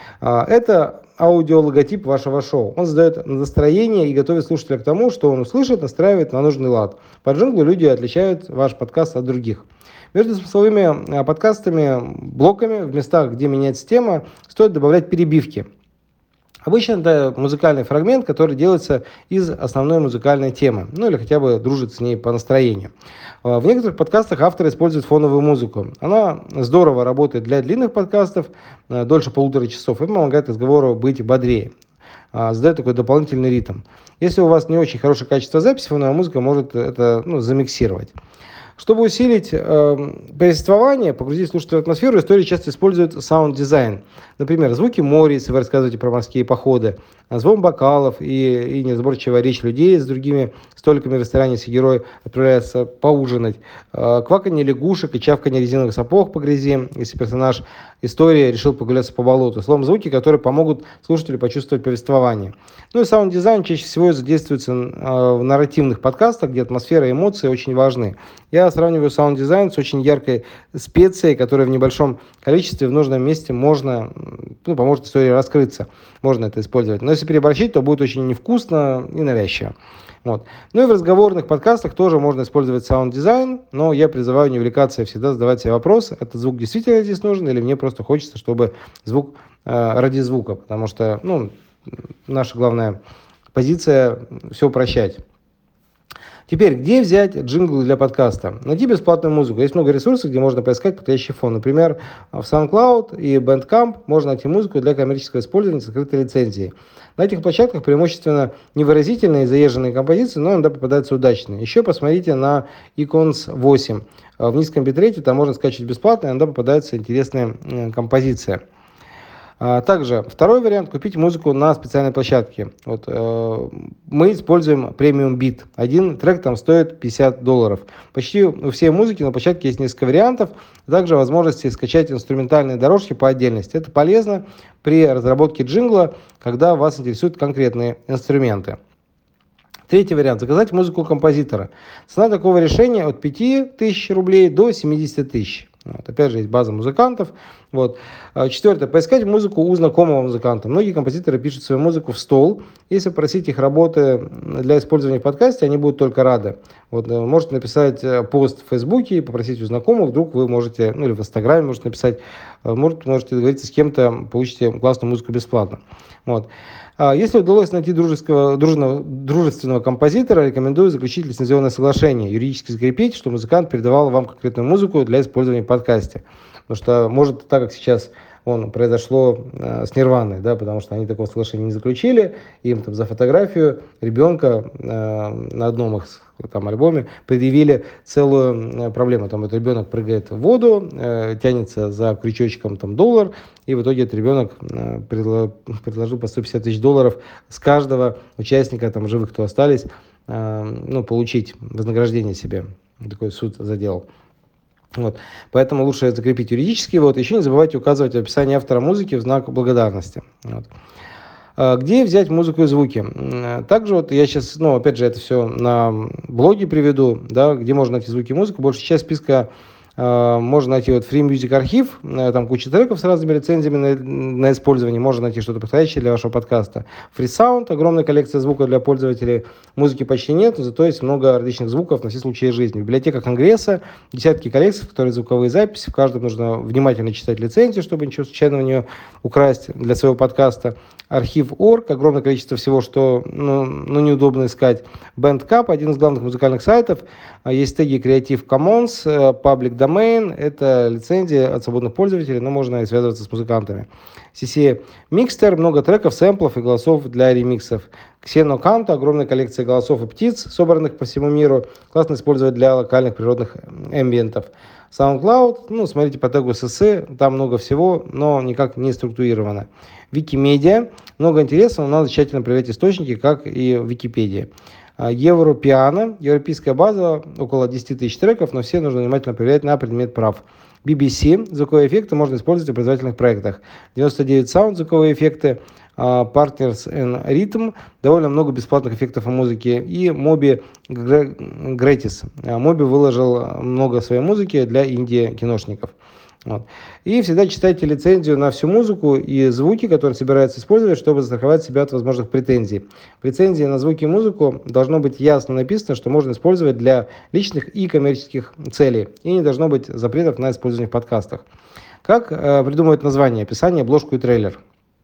Это аудиологотип вашего шоу. Он задает настроение и готовит слушателя к тому, что он услышит, настраивает на нужный лад. По джинглу люди отличают ваш подкаст от других. Между смысловыми подкастами, блоками, в местах, где меняется тема, стоит добавлять перебивки. Обычно это музыкальный фрагмент, который делается из основной музыкальной темы, или хотя бы дружит с ней по настроению. В некоторых подкастах авторы используют фоновую музыку. Она здорово работает для длинных подкастов, дольше 1,5 часов, и помогает разговору быть бодрее. Задает такой дополнительный ритм. Если у вас не очень хорошее качество записи, фоновая музыка может это замиксировать. Чтобы усилить повествование, погрузить слушателя в атмосферу, истории часто используют саунд-дизайн. Например, звуки моря, если вы рассказываете про морские походы, звон бокалов и неразборчивая речь людей с другими столиками в ресторане, если герой отправляется поужинать, кваканье лягушек и чавканье резиновых сапог по грязи, если персонаж истории решил прогуляться по болоту. Словом, звуки, которые помогут слушателю почувствовать повествование. И саунд-дизайн чаще всего задействуется в нарративных подкастах, где атмосфера и эмоции очень важны. Я сравниваю саунд-дизайн с очень яркой специей, которая в небольшом количестве в нужном месте поможет истории раскрыться. Можно это использовать. Но если переборщить, то будет очень невкусно и навязчиво. И в разговорных подкастах тоже можно использовать саунд-дизайн, но я призываю не увлекаться и всегда задавать себе вопрос, этот звук действительно здесь нужен или мне просто хочется, чтобы звук ради звука, потому что наша главная позиция все упрощать. Теперь, где взять джинглы для подкаста? Найти бесплатную музыку. Есть много ресурсов, где можно поискать подходящий фон. Например, в SoundCloud и Bandcamp можно найти музыку для коммерческого использования с открытой лицензией. На этих площадках преимущественно невыразительные и заезженные композиции, но иногда попадаются удачные. Еще посмотрите на Icons 8. В низком битрейте там можно скачивать бесплатно, иногда попадается интересная композиция. Также второй вариант – купить музыку на специальной площадке. Мы используем премиум бит. Один трек там стоит $50. Почти у всей музыки на площадке есть несколько вариантов. Также возможности скачать инструментальные дорожки по отдельности. Это полезно при разработке джингла, когда вас интересуют конкретные инструменты. Третий вариант – заказать музыку у композитора. Цена такого решения от 5000 рублей до 70 тысяч. Опять же, есть база музыкантов. Четвертое. Поискать музыку у знакомого музыканта. Многие композиторы пишут свою музыку в стол. Если просить их работы для использования в подкасте, они будут только рады. Можете написать пост в Фейсбуке и попросить у знакомых. Вдруг вы можете, или в Инстаграме можете написать, можете договориться с кем-то, получите классную музыку бесплатно. Если удалось найти дружественного композитора, рекомендую заключить лицензионное соглашение, юридически закрепить, что музыкант передавал вам конкретную музыку для использования в подкасте. Потому что может так, как сейчас произошло с Нирваной, потому что они такого соглашения не заключили, им за фотографию ребенка на одном их альбоме предъявили целую проблему. Этот ребенок прыгает в воду, тянется за крючочком $1, и в итоге этот ребенок предложил по $150 тысяч с каждого участника, живых, кто остались, получить вознаграждение себе. Такой суд заделал. Поэтому лучше закрепить юридически. Еще не забывайте указывать в описании автора музыки в знак благодарности. Где взять музыку и звуки? Также я сейчас, опять же, это все на блоге приведу, где можно найти звуки и музыку. Большая часть списка можно найти Free Music архив, там куча треков с разными лицензиями на использование, можно найти что-то подходящее для вашего подкаста. Free Sound, огромная коллекция звука для пользователей, музыки почти нет, но зато есть много различных звуков на все случаи жизни. Библиотека Конгресса, десятки коллекций, которые звуковые записи, в каждом нужно внимательно читать лицензию, чтобы ничего случайного не украсть для своего подкаста. Архив.org, огромное количество всего, что неудобно искать. Bandcamp, один из главных музыкальных сайтов. Есть теги Creative Commons, Public Domain, это лицензия от свободных пользователей, но можно и связываться с музыкантами. CC Mixter, много треков, сэмплов и голосов для ремиксов. Xeno Canto, огромная коллекция голосов и птиц, собранных по всему миру, классно использовать для локальных природных эмбиентов. SoundCloud, смотрите по тегу SSE, там много всего, но никак не структурировано. Wikimedia, много интересного, но надо тщательно проверять источники, как и в Википедии. Европиано, европейская база, около 10 тысяч треков, но все нужно внимательно проверять на предмет прав. BBC, звуковые эффекты можно использовать в образовательных проектах. 99 Sound, звуковые эффекты. Partners and Rhythm, довольно много бесплатных эффектов в музыке. И Moby Gratis. Moby выложил много своей музыки для инди-киношников. И всегда читайте лицензию на всю музыку и звуки, которые собираются использовать, чтобы застраховать себя от возможных претензий. В лицензии на звуки и музыку должно быть ясно написано, что можно использовать для личных и коммерческих целей. И не должно быть запретов на использование в подкастах. Как придумывать название, описание, обложку и трейлер?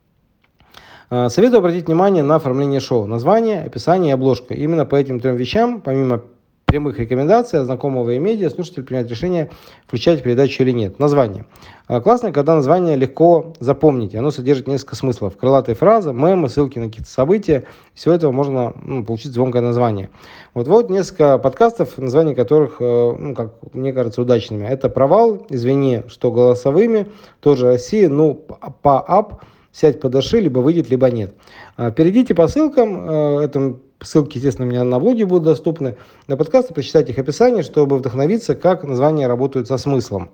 Советую обратить внимание на оформление шоу. Название, описание и обложка. Именно по этим трем вещам, помимо прямых рекомендаций от знакомого и медиа, слушатель принимает решение, включать передачу или нет. Название. Классно, когда название легко запомнить. Оно содержит несколько смыслов. Крылатая фраза, мемы, ссылки на какие-то события. Всего этого можно получить звонкое название. Вот несколько подкастов, названия которых, как мне кажется, удачными. Это «Провал», «Извини, что голосовыми», тоже «Россия», «По-ап», «Сядь, подыши», либо «Выйдет», либо «Нет». Перейдите по ссылкам, ссылки, естественно, у меня на блоге будут доступны, на подкасты, прочитайте их описание, чтобы вдохновиться, как названия работают со смыслом.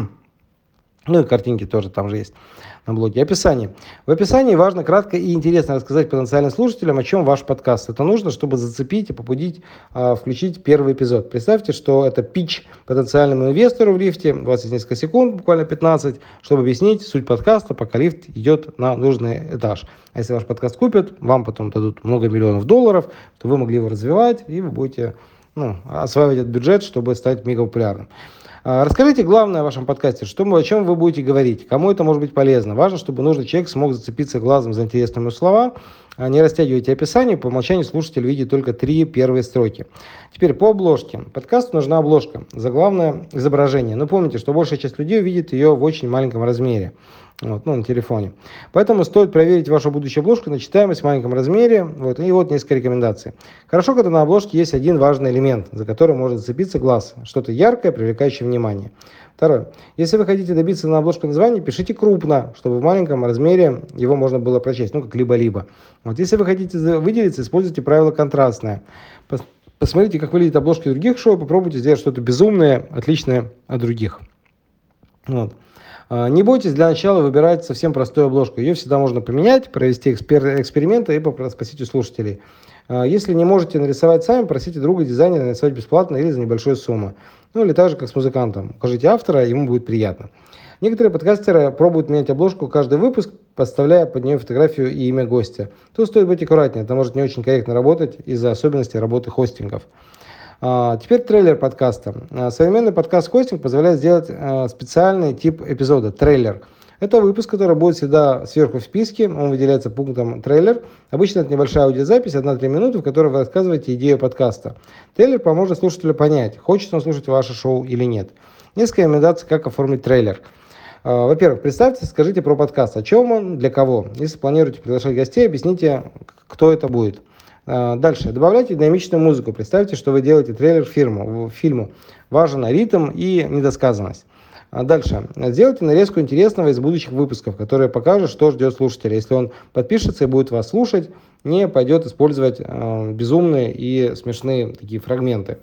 И картинки тоже там же есть на блоге. Описание. В описании важно кратко и интересно рассказать потенциальным слушателям, о чем ваш подкаст. Это нужно, чтобы зацепить и побудить включить первый эпизод. Представьте, что это питч потенциальному инвестору в лифте, 20 несколько секунд, буквально 15, чтобы объяснить суть подкаста, пока лифт идет на нужный этаж. А если ваш подкаст купят, вам потом дадут много миллионов долларов, то вы могли его развивать, и вы будете осваивать этот бюджет, чтобы стать мегапопулярным. Расскажите главное о вашем подкасте, о чем вы будете говорить, кому это может быть полезно. Важно, чтобы нужный человек смог зацепиться глазом за интересные ему слова. Не растягивайте описание, по умолчанию слушатель видит только 3 первые строки. Теперь по обложке. Подкасту нужна обложка, заглавное изображение. Но помните, что большая часть людей увидит ее в очень маленьком размере. На телефоне. Поэтому стоит проверить вашу будущую обложку на читаемость в маленьком размере. И несколько рекомендаций. Хорошо, когда на обложке есть один важный элемент, за который может зацепиться глаз. Что-то яркое, привлекающее внимание. Второе. Если вы хотите добиться на обложку названия, пишите крупно, чтобы в маленьком размере его можно было прочесть. Как либо-либо. Если вы хотите выделиться, используйте правило контрастное. Посмотрите, как выглядят обложки других шоу, попробуйте сделать что-то безумное, отличное от других. Не бойтесь для начала выбирать совсем простую обложку. Ее всегда можно поменять, провести эксперименты и спросить у слушателей. Если не можете нарисовать сами, просите друга дизайнера нарисовать бесплатно или за небольшую сумму. Или так же, как с музыкантом. Укажите автора, ему будет приятно. Некоторые подкастеры пробуют менять обложку каждый выпуск, подставляя под нее фотографию и имя гостя. Тут стоит быть аккуратнее, это может не очень корректно работать из-за особенностей работы хостингов. Теперь трейлер подкаста. Современный подкаст-хостинг позволяет сделать специальный тип эпизода – трейлер. Это выпуск, который будет всегда сверху в списке, он выделяется пунктом «трейлер». Обычно это небольшая аудиозапись, 1-3 минуты, в которой вы рассказываете идею подкаста. Трейлер поможет слушателю понять, хочет он слушать ваше шоу или нет. Несколько рекомендаций, как оформить трейлер. Во-первых, представьте, скажите про подкаст, о чем он, для кого. Если планируете приглашать гостей, объясните, кто это будет. Дальше. Добавляйте динамичную музыку. Представьте, что вы делаете трейлер фильму. Важен ритм и недосказанность. Дальше. Сделайте нарезку интересного из будущих выпусков, которые покажут, что ждет слушателя. Если он подпишется и будет вас слушать, не пойдет использовать безумные и смешные такие фрагменты.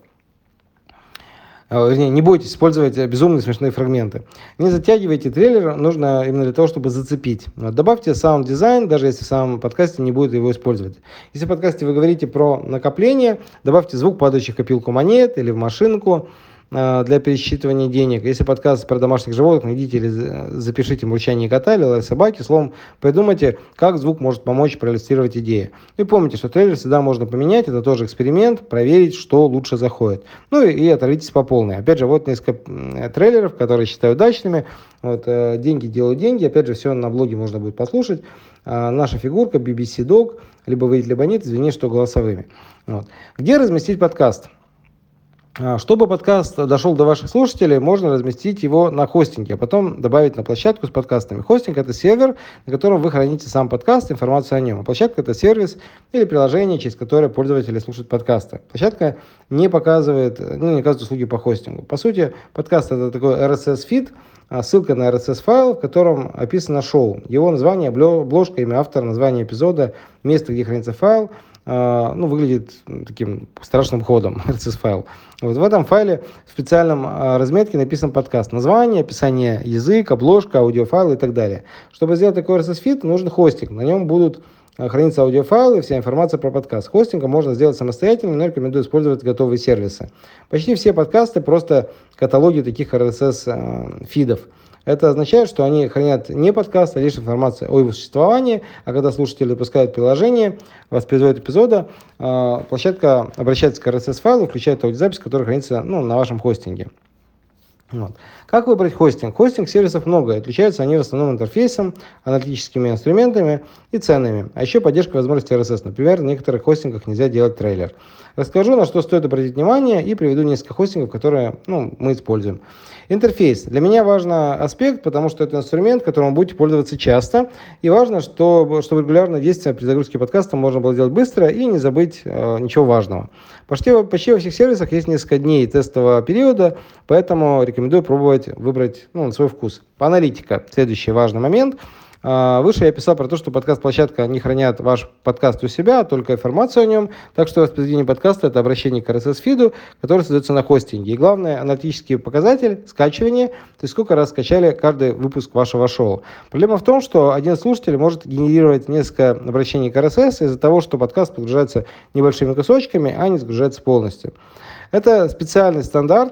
Не бойтесь использовать безумные смешные фрагменты. Не затягивайте трейлер, нужно именно для того, чтобы зацепить. Добавьте саунд-дизайн, даже если в самом подкасте не будет его использовать. Если в подкасте вы говорите про накопление, добавьте звук падающих в копилку монет или в машинку для пересчитывания денег. Если подкаст про домашних животных, найдите или запишите мурчание кота или лай собаки. Словом, придумайте, как звук может помочь проиллюстрировать идею. И помните, что трейлер всегда можно поменять, это тоже эксперимент, проверить, что лучше заходит. И оторвитесь по полной. Опять же, несколько трейлеров, которые считаю удачными. «Деньги делают деньги». Опять же, все на блоге можно будет послушать. Наша фигурка, BBC Dog, либо выйдет, либо нет, извини, что голосовыми. Где разместить подкаст? Чтобы подкаст дошел до ваших слушателей, можно разместить его на хостинге, а потом добавить на площадку с подкастами. Хостинг – это сервер, на котором вы храните сам подкаст, информацию о нем. А площадка – это сервис или приложение, через которое пользователи слушают подкасты. Площадка не оказывает услуги по хостингу. По сути, подкаст – это такой RSS-фид, ссылка на RSS-файл, в котором описано шоу. Его название, обложка, имя автора, название эпизода, место, где хранится файл. Выглядит таким страшным ходом, RSS-файл. В этом файле в специальном разметке написан подкаст. Название, описание, язык, обложка, аудиофайл и так далее. Чтобы сделать такой RSS-фид, нужен хостинг. На нем будут храниться аудиофайлы и вся информация про подкаст. Хостинга можно сделать самостоятельно, но рекомендую использовать готовые сервисы. Почти все подкасты просто каталоги таких RSS-фидов. Это означает, что они хранят не подкаст, а лишь информацию о его существовании, а когда слушатели запускают приложение, воспроизводят эпизода, площадка обращается к RSS-файлу, включает аудиозапись, которая хранится на вашем хостинге. Как выбрать хостинг? Хостинг-сервисов много, отличаются они в основном интерфейсом, аналитическими инструментами и ценами, а еще поддержка возможностей RSS. Например, в некоторых хостингах нельзя делать трейлер. Расскажу, на что стоит обратить внимание, и приведу несколько хостингов, которые мы используем. Интерфейс. Для меня важный аспект, потому что это инструмент, которым вы будете пользоваться часто. И важно, чтобы регулярное действие при загрузке подкаста можно было делать быстро и не забыть ничего важного. Почти во всех сервисах есть несколько дней тестового периода, поэтому рекомендую пробовать выбрать на свой вкус. Аналитика. Следующий важный момент. Выше я писал про то, что подкаст-площадка не хранят ваш подкаст у себя, а только информацию о нем. Так что воспроизведение подкаста – это обращение к RSS-фиду, который создается на хостинге. И главное, аналитический показатель – скачивание, то есть сколько раз скачали каждый выпуск вашего шоу. Проблема в том, что один слушатель может генерировать несколько обращений к RSS из-за того, что подкаст подгружается небольшими кусочками, а не загружается полностью. Это специальный стандарт,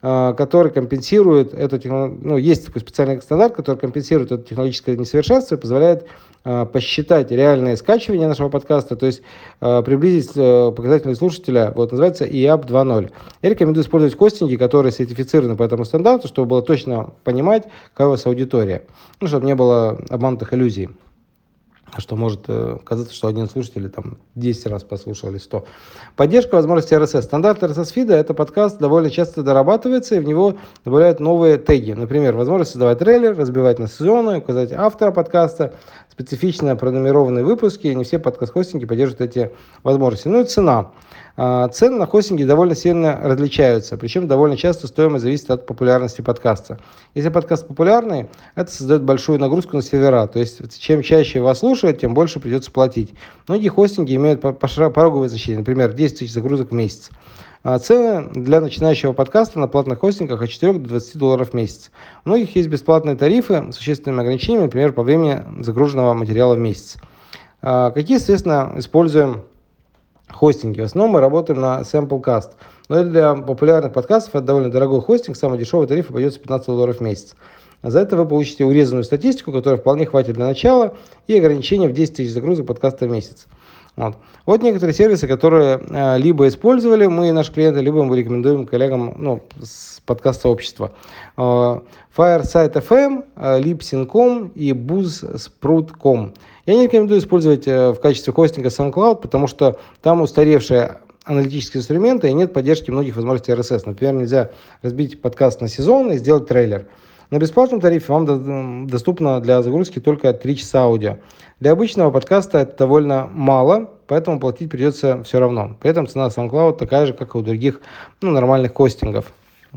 который компенсирует есть такой специальный стандарт, который компенсирует это технологическое несовершенство и позволяет посчитать реальное скачивание нашего подкаста, то есть приблизить показатели слушателя, называется EAP 2.0. Я рекомендую использовать хостинги, которые сертифицированы по этому стандарту, чтобы было точно понимать, какая у вас аудитория, чтобы не было обманутых иллюзий, что может казаться, что один слушатель 10 раз послушал или 100. Поддержка возможности RSS. Стандарт RSS-фида, это подкаст довольно часто дорабатывается, и в него добавляют новые теги. Например, возможность создавать трейлер, разбивать на сезоны, указать автора подкаста, специфично пронумерованные выпуски. Не все подкаст-хостинги поддерживают эти возможности. И цена. Цены на хостинге довольно сильно различаются, причем довольно часто стоимость зависит от популярности подкаста. Если подкаст популярный, это создает большую нагрузку на сервера, то есть чем чаще вас слушают, тем больше придется платить. Многие хостинги имеют пороговые значения, например, 10 тысяч загрузок в месяц. Цены для начинающего подкаста на платных хостингах от $4 до $20 в месяц. У многих есть бесплатные тарифы с существенными ограничениями, например, по времени загруженного материала в месяц. Какие, естественно, используем хостинги? В основном мы работаем на Samplecast. Но для популярных подкастов это довольно дорогой хостинг, самый дешевый тариф обойдется $15 в месяц. За это вы получите урезанную статистику, которая вполне хватит для начала, и ограничение в 10 тысяч загрузок подкаста в месяц. Вот некоторые сервисы, которые либо использовали мы и наши клиенты, либо мы рекомендуем коллегам с подкаст-сообщества. Fireside FM, Libsyn.com и Buzzsprout.com. Я не рекомендую использовать в качестве хостинга SoundCloud, потому что там устаревшие аналитические инструменты и нет поддержки многих возможностей RSS. Например, нельзя разбить подкаст на сезон и сделать трейлер. На бесплатном тарифе вам доступно для загрузки только 3 часа аудио. Для обычного подкаста это довольно мало, поэтому платить придется все равно. При этом цена SoundCloud такая же, как и у других нормальных хостингов.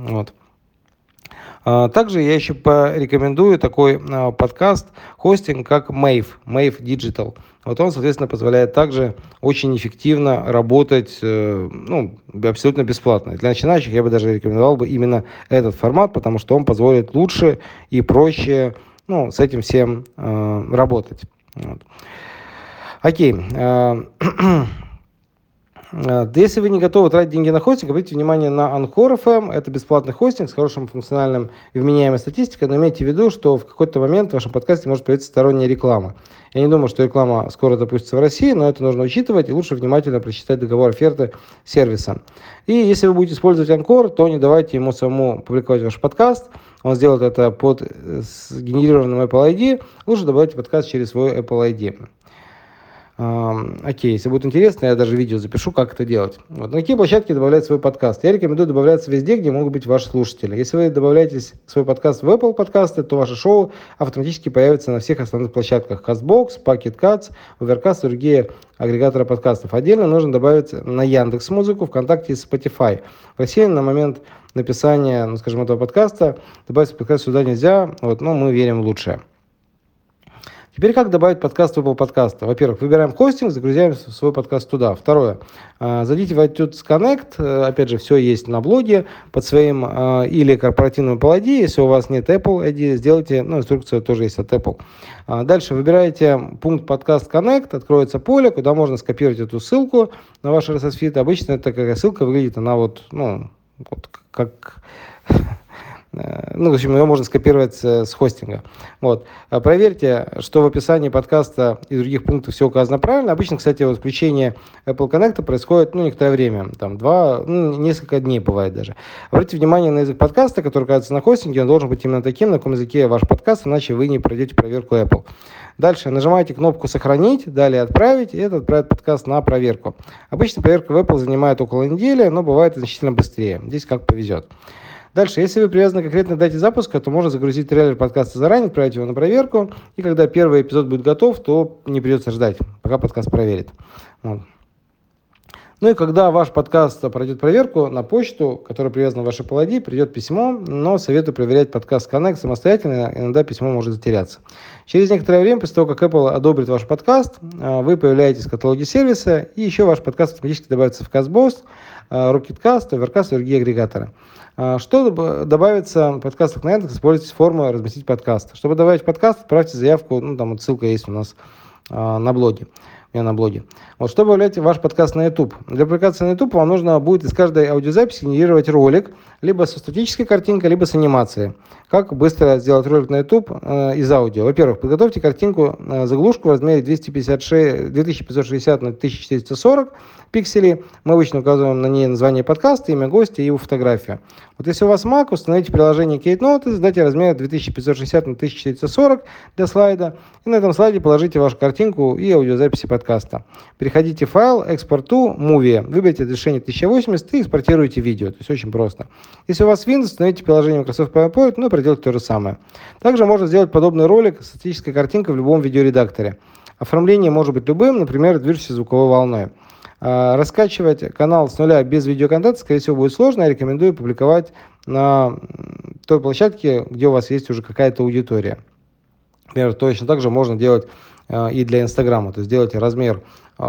Также я еще порекомендую такой подкаст-хостинг, как Mave Digital. Он, соответственно, позволяет также очень эффективно работать абсолютно бесплатно. Для начинающих я бы даже рекомендовал бы именно этот формат, потому что он позволит лучше и проще с этим всем работать. Окей. Если вы не готовы тратить деньги на хостинг, обратите внимание на Anchor FM. Это бесплатный хостинг с хорошим функциональным и вменяемой статистикой, но имейте в виду, что в какой-то момент в вашем подкасте может появиться сторонняя реклама. Я не думаю, что реклама скоро допустится в России, но это нужно учитывать и лучше внимательно прочитать договор оферты сервиса. И если вы будете использовать Anchor, то не давайте ему самому публиковать ваш подкаст. Он сделает это под сгенерированным Apple ID. Лучше добавьте подкаст через свой Apple ID. Окей, если будет интересно, я даже видео запишу, как это делать. На какие площадки добавлять свой подкаст? Я рекомендую добавляться везде, где могут быть ваши слушатели. Если вы добавляете свой подкаст в Apple подкасты, то ваше шоу автоматически появится на всех основных площадках: CastBox, Pocket Casts, Overcast и другие агрегаторы подкастов. Отдельно нужно добавить на Яндекс.Музыку, ВКонтакте и Spotify. В России на момент написания, этого подкаста добавить подкаст сюда нельзя, но мы верим в лучшее. Теперь как добавить подкаст в Apple подкасты? Во-первых, выбираем хостинг, загрузаем свой подкаст туда. Второе, зайдите в iTunes Connect, опять же, все есть на блоге под своим или корпоративным Apple ID. Если у вас нет Apple ID, сделайте, инструкция тоже есть от Apple. Дальше выбираете пункт подкаст Connect, откроется поле, куда можно скопировать эту ссылку на ваш RSS-фид. Обычно это такая ссылка выглядит, она как... ее можно скопировать с хостинга. Проверьте, что в описании подкаста и других пунктов все указано правильно. Обычно, кстати, включение Apple Connect происходит некоторое время, несколько дней бывает даже. Обратите внимание на язык подкаста, который указывается на хостинге, он должен быть именно таким, на каком языке ваш подкаст, иначе вы не пройдете проверку Apple. Дальше нажимаете кнопку «Сохранить», далее «Отправить», и это отправит подкаст на проверку. Обычно проверка в Apple занимает около недели, но бывает значительно быстрее. Здесь как повезет. Дальше, если вы привязаны к конкретной дате запуска, то можно загрузить трейлер подкаста заранее, отправить его на проверку, и когда первый эпизод будет готов, то не придется ждать, пока подкаст проверит. И когда ваш подкаст пройдет проверку, на почту, которая привязана в ваш Apple ID, придет письмо, но советую проверять подкаст Connect самостоятельно, иногда письмо может затеряться. Через некоторое время, после того, как Apple одобрит ваш подкаст, вы появляетесь в каталоге сервиса, и еще ваш подкаст автоматически добавится в CastBox, Rocketcast, Overcast и другие агрегаторы. Что добавится в подкастах на Яндекс, используйте форму «Разместить подкаст». Чтобы добавить подкаст, отправьте заявку, ссылка есть у нас на блоге. у меня на блоге. Вот, чтобы добавлять ваш подкаст на YouTube. Для публикации на YouTube вам нужно будет из каждой аудиозаписи генерировать ролик, либо со статической картинкой, либо с анимацией. Как быстро сделать ролик на YouTube из аудио? Во-первых, подготовьте картинку, заглушку в размере 2560 на 1440 пикселей. Мы обычно указываем на ней название подкаста, имя гостя и его фотографию. Вот если у вас Mac, установите приложение Keynote, задайте размер 2560 на 1440 для слайда, и на этом слайде положите вашу картинку и аудиозаписи подкаста. Переходите в файл, Export to Movie, выберите разрешение 1080 и экспортируйте видео. То есть очень просто. Если у вас Windows, установите приложение Microsoft PowerPoint, ну и проделайте то же самое. Также можно сделать подобный ролик с статической картинкой в любом видеоредакторе. Оформление может быть любым, например, движущейся звуковой волной. Раскачивать канал с нуля без видеоконтента, скорее всего, будет сложно. Я рекомендую публиковать на той площадке, где у вас есть уже какая-то аудитория. Например, точно так же можно делать и для Инстаграма. То есть делайте размер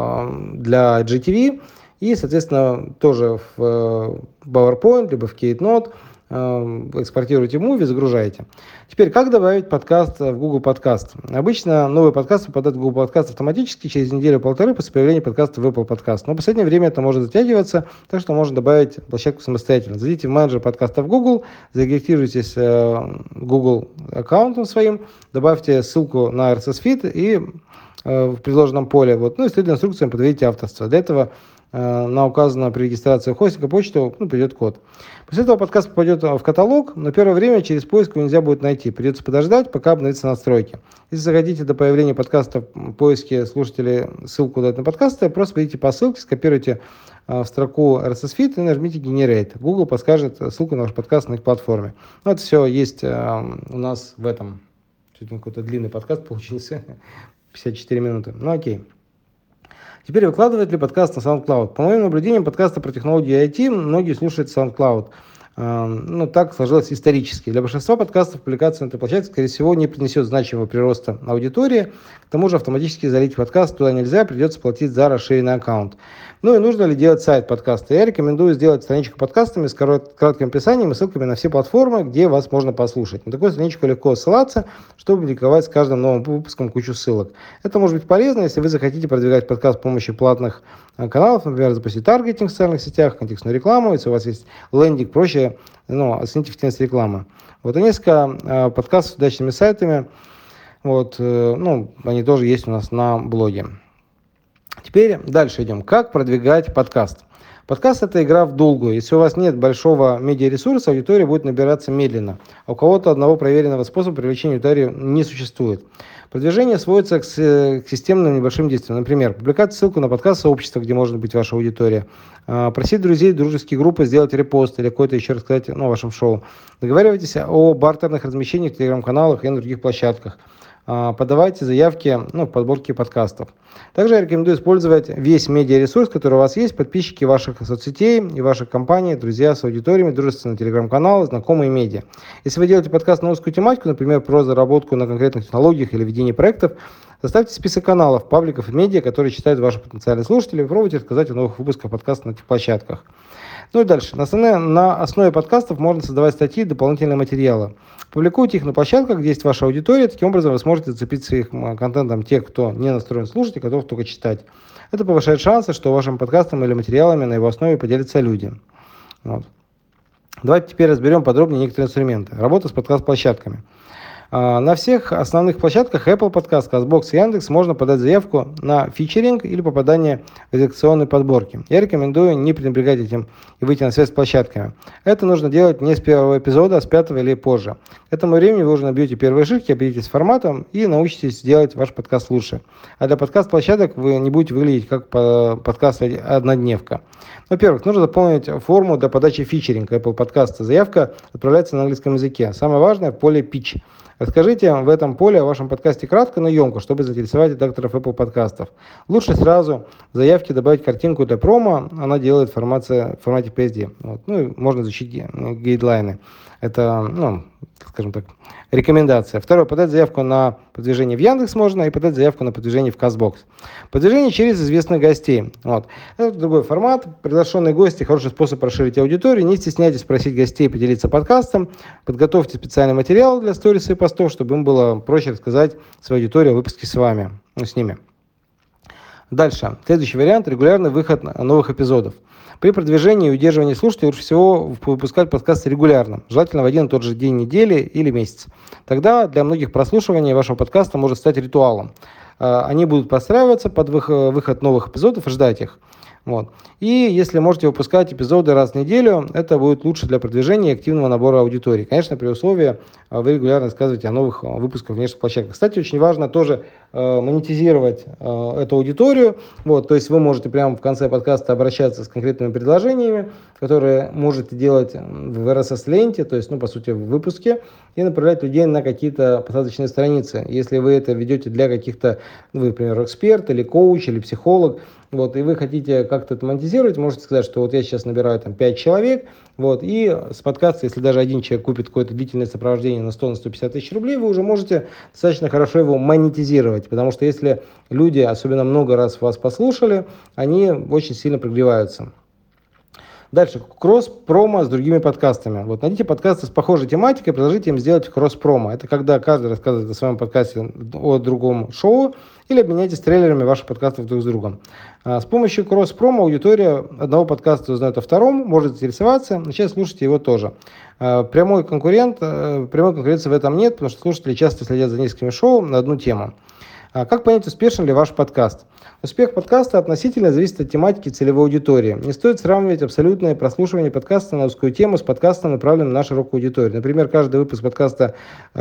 для GTV и, соответственно, тоже в PowerPoint, либо в Keynote экспортируйте Movie, загружаете. Теперь, как добавить подкаст в Google Подкаст? Обычно новый подкаст попадает в Google Подкаст автоматически через неделю-полторы после появления подкаста в Apple Podcast. Но в последнее время это может затягиваться, так что можно добавить площадку самостоятельно. Зайдите в менеджер подкаста в Google, зарегистрируйтесь Google аккаунтом своим, добавьте ссылку на RSS feed и в предложенном поле, ну и следуя инструкциям подведите авторство. Для этого на указанную при регистрации хостинга почту придет код. После этого подкаст попадет в каталог, но первое время через поиск его нельзя будет найти. Придется подождать, пока обновятся настройки. Если захотите до появления подкаста в поиске слушателей ссылку дать на подкасты, просто перейдите по ссылке, скопируйте в строку RSS feed и нажмите Generate. Google подскажет ссылку на ваш подкаст на их платформе. Это все есть у нас в этом. Чуть какой-то длинный подкаст получился. 54 минуты. Окей. Теперь выкладывает ли подкаст на SoundCloud? По моим наблюдениям, подкасты про технологии IT многие слушают SoundCloud. Так сложилось исторически. Для большинства подкастов публикация на этой площадке, скорее всего, не принесет значимого прироста аудитории. К тому же автоматически залить подкаст туда нельзя, придется платить за расширенный аккаунт. И нужно ли делать сайт подкаста? Я рекомендую сделать страничку подкастами с кратким описанием и ссылками на все платформы, где вас можно послушать. На такую страничку легко ссылаться, чтобы публиковать с каждым новым выпуском кучу ссылок. Это может быть полезно, если вы захотите продвигать подкаст с помощью платных каналов, например, запустить таргетинг в социальных сетях, контекстную рекламу. Если у вас есть лендинг, проще оценить эффективность рекламы. И несколько подкастов с удачными сайтами. Они тоже есть у нас на блоге. Теперь дальше идем. Как продвигать подкаст? Подкаст – это игра в долгую. Если у вас нет большого медиаресурса, аудитория будет набираться медленно. А у кого-то одного проверенного способа привлечения аудитории не существует. Продвижение сводится к системным небольшим действиям. Например, публиковать ссылку на подкаст сообщества, где может быть ваша аудитория. Просить друзей, дружеские группы сделать репост или какой-то еще рассказать о вашем шоу. Договаривайтесь о бартерных размещениях в телеграм-каналах и на других площадках. Подавайте заявки в подборке подкастов. Также я рекомендую использовать весь медиаресурс, который у вас есть, подписчики ваших соцсетей и ваших компаний, друзья с аудиториями, дружественные телеграм-каналы, знакомые медиа. Если вы делаете подкаст на узкую тематику, например, про заработку на конкретных технологиях или ведение проектов, составьте список каналов, пабликов и медиа, которые читают ваши потенциальные слушатели, и попробуйте рассказать о новых выпусках подкаста на этих площадках. И дальше. На основе подкастов можно создавать статьи и дополнительные материалы. Публикуйте их на площадках, где есть ваша аудитория. Таким образом, вы сможете зацепить своим контентом тех, кто не настроен слушать и готов только читать. Это повышает шансы, что вашим подкастом или материалами на его основе поделятся люди. Давайте теперь разберем подробнее некоторые инструменты. Работа с подкаст-площадками. На всех основных площадках Apple Podcast, CastBox и Яндекс можно подать заявку на фичеринг или попадание в редакционные подборки. Я рекомендую не пренебрегать этим и выйти на связь с площадками. Это нужно делать не с первого эпизода, а с 5-го или позже. К этому времени вы уже набьете первые шишки, определитесь с форматом и научитесь делать ваш подкаст лучше. А для подкаст-площадок вы не будете выглядеть как подкаст-однодневка. Во-первых, нужно заполнить форму для подачи фичеринга Apple Podcast. Заявка отправляется на английском языке. Самое важное – поле pitch. Расскажите в этом поле о вашем подкасте кратко, но емко, чтобы заинтересовать редакторов Apple подкастов. Лучше сразу в заявке добавить картинку для промо, она делает в формате PSD. Можно изучить гайдлайны. Это, скажем так, рекомендация. Второе, подать заявку на продвижение в Яндекс можно и подать заявку на продвижение в CastBox. Продвижение через известных гостей. Это другой формат. Приглашенные гости – хороший способ расширить аудиторию. Не стесняйтесь просить гостей поделиться подкастом. Подготовьте специальный материал для сторис и постов, чтобы им было проще рассказать своей аудитории о выпуске с ними. Дальше. Следующий вариант – регулярный выход новых эпизодов. При продвижении и удерживании слушателей лучше всего выпускать подкасты регулярно, желательно в один и тот же день недели или месяц. Тогда для многих прослушивание вашего подкаста может стать ритуалом. Они будут подстраиваться под выход новых эпизодов и ждать их. Вот. И если можете выпускать эпизоды раз в неделю, это будет лучше для продвижения и активного набора аудитории. Конечно, при условии вы регулярно рассказываете о новых выпусках внешних площадках. Кстати, очень важно тоже монетизировать эту аудиторию. Вот, то есть вы можете прямо в конце подкаста обращаться с конкретными предложениями, которые можете делать в RSS-ленте, то есть, по сути, в выпуске, и направлять людей на какие-то посадочные страницы. Если вы это ведете для каких-то, вы, например, эксперт или коуч или психолог, вот, и вы хотите как-то это монетизировать, можете сказать, что вот я сейчас набираю 5 человек, вот, и с подкаста, если даже один человек купит какое-то длительное сопровождение на 100-150 тысяч рублей, вы уже можете достаточно хорошо его монетизировать, потому что если люди, особенно много раз вас послушали, они очень сильно прогреваются. Дальше, кросс-промо с другими подкастами. Вот, найдите подкасты с похожей тематикой, предложите им сделать кросс-промо. Это когда каждый рассказывает о своем подкасте о другом шоу или обменяйтесь трейлерами ваших подкастов друг с другом. С помощью кросс-промо аудитория одного подкаста узнает о втором, может заинтересоваться, начать слушать его тоже. Прямой конкуренции в этом нет, потому что слушатели часто следят за несколькими шоу на одну тему. Как понять, успешен ли ваш подкаст? Успех подкаста относительно зависит от тематики целевой аудитории. Не стоит сравнивать абсолютное прослушивание подкаста на узкую тему с подкастом, направленным на широкую аудиторию. Например, каждый выпуск подкаста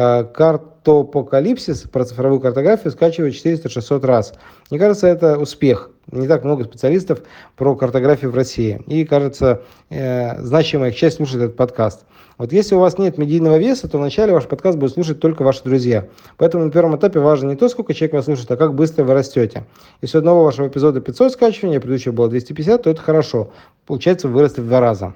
«Картопокалипсис» про цифровую картографию скачивает 400-600 раз. Мне кажется, это успех. Не так много специалистов про картографию в России. И, кажется, значимая их часть слушает этот подкаст. Вот если у вас нет медийного веса, то вначале ваш подкаст будут слушать только ваши друзья. Поэтому на первом этапе важно не то, сколько человек вас слушает, а как быстро вы растете. Если у одного вашего эпизода 500 скачиваний, а предыдущего было 250, то это хорошо. Получается, вы выросли в 2 раза.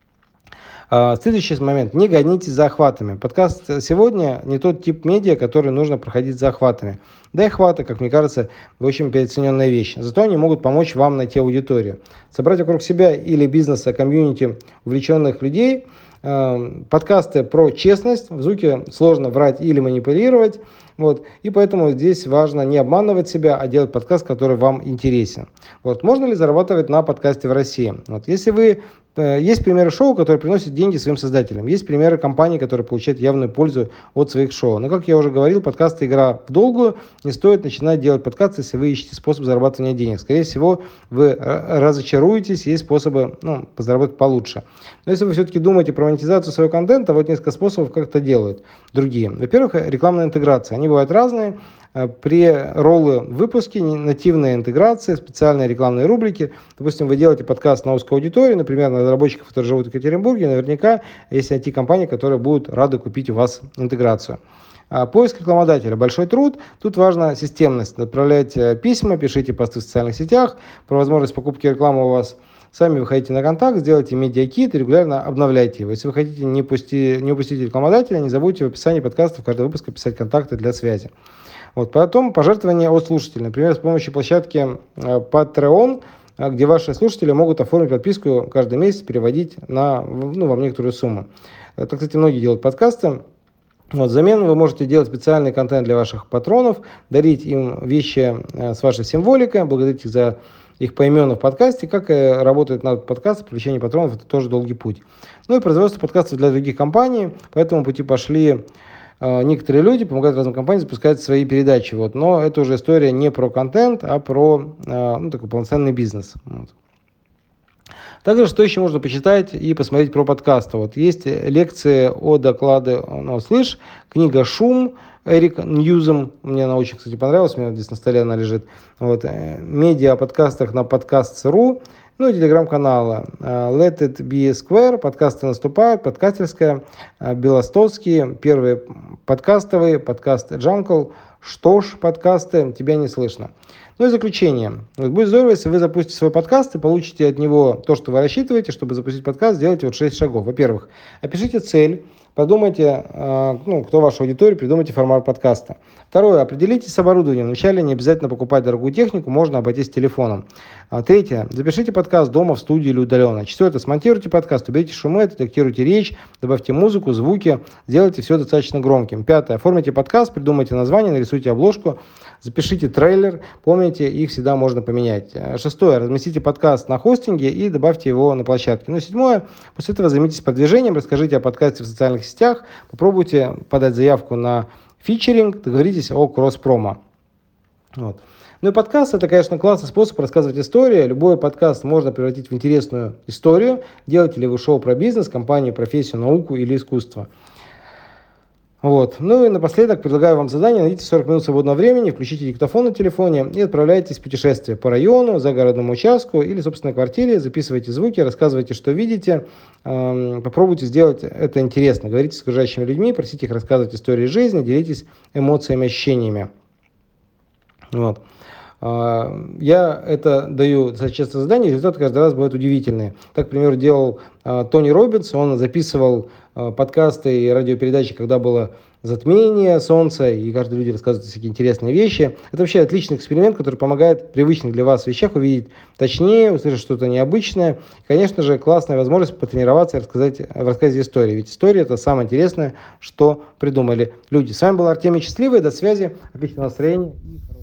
Следующий момент. Не гонитесь за охватами. Подкаст сегодня не тот тип медиа, который нужно проходить за охватами. Да и охваты, как мне кажется, очень переоцененная вещь. Зато они могут помочь вам найти аудиторию. Собрать вокруг себя или бизнеса, комьюнити увлеченных людей. Подкасты про честность. В звуке сложно врать или манипулировать. Вот. И поэтому здесь важно не обманывать себя, а делать подкаст, который вам интересен. Вот. Можно ли зарабатывать на подкасте в России? Вот. Если вы Есть примеры шоу, которые приносят деньги своим создателям. Есть примеры компаний, которые получают явную пользу от своих шоу. Но, как я уже говорил, подкасты игра в долгую. Не стоит начинать делать подкасты, если вы ищете способ зарабатывания денег. Скорее всего, вы разочаруетесь, есть способы позаработать получше. Но если вы все-таки думаете про монетизацию своего контента, вот несколько способов, как это делают другие. Во-первых, рекламная интеграция. Они бывают разные. Прероллы в выпуске, нативная интеграция, специальные рекламные рубрики. Допустим, вы делаете подкаст на узкую аудиторию, например, на разработчиков, которые живут в Екатеринбурге, наверняка есть IT-компании, которые будут рады купить у вас интеграцию. Поиск рекламодателя. Большой труд. Тут важна системность. Отправлять письма, пишите посты в социальных сетях. Про возможность покупки рекламы у вас. Сами выходите на контакт, сделайте медиакит и регулярно обновляйте его. Если вы хотите не упустить рекламодателя, не забудьте в описании подкаста в каждом выпуске писать контакты для связи. Вот. Потом пожертвования от слушателей. Например, с помощью площадки Patreon, где ваши слушатели могут оформить подписку каждый месяц, переводить вам некоторую сумму. Это, кстати, многие делают подкасты. Вот, взамен вы можете делать специальный контент для ваших патронов, дарить им вещи с вашей символикой, благодарить их за их поименно в подкасте. Как работает над подкастом, привлечение патронов, это тоже долгий путь. Ну и производство подкастов для других компаний. По этому пути пошли некоторые люди, помогают разным компаниям запускать свои передачи. Вот. Но это уже история не про контент, а про такой полноценный бизнес. Вот. Также, что еще можно почитать и посмотреть про подкасты. Вот есть лекции о доклады «Слышь», книга «Шум», Эрик Ньюзом, мне она очень, кстати, понравилась, у меня здесь на столе она лежит. Вот. Медиа о подкастах на подкаст.ру, ну и телеграм-каналы Let It Be Square, подкасты наступают, подкастерская, Белостоцкий, первые подкастовые, подкаст Джанкл, что ж, подкасты, тебя не слышно. Ну и заключение. Вот будет здорово, если вы запустите свой подкаст и получите от него то, что вы рассчитываете. Чтобы запустить подкаст, сделайте 6 шагов. Во-первых, опишите цель, подумайте, кто ваша аудитория, придумайте формат подкаста. Второе, определитесь с оборудованием. Вначале не обязательно покупать дорогую технику, можно обойтись телефоном. Третье, запишите подкаст дома, в студии или удаленно. Четвертое, смонтируйте подкаст, уберите шумы, отредактируйте речь, добавьте музыку, звуки, сделайте все достаточно громким. Пятое, оформите подкаст, придумайте название, нарисуйте обложку, запишите трейлер, помните, их всегда можно поменять. Шестое, разместите подкаст на хостинге и добавьте его на площадке. Седьмое, после этого займитесь продвижением, расскажите о подкасте в социальных сетях, попробуйте подать заявку на фичеринг, договоритесь о кросс-промо. Вот. Ну и подкаст – это, конечно, классный способ рассказывать истории. Любой подкаст можно превратить в интересную историю. Делаете ли вы шоу про бизнес, компанию, профессию, науку или искусство. Вот. Ну и напоследок предлагаю вам задание. Найдите 40 минут свободного времени, включите диктофон на телефоне и отправляйтесь в путешествие по району, загородному участку или собственной квартире. Записывайте звуки, рассказывайте, что видите. Попробуйте сделать это интересно. Говорите с окружающими людьми, просите их рассказывать истории жизни, делитесь эмоциями, ощущениями. Вот. Я это даю достаточно часто задание, результаты каждый раз бывают удивительные. Так, к примеру, делал Тони Роббинс, он записывал подкасты и радиопередачи, когда было затмение солнца, и каждый люди рассказывают всякие интересные вещи. Это вообще отличный эксперимент, который помогает в привычных для вас вещах увидеть точнее, услышать что-то необычное. И, конечно же, классная возможность потренироваться и рассказать в рассказе истории. Ведь история – это самое интересное, что придумали люди. С вами был Артемий Счастливый. До связи. Отличного настроения.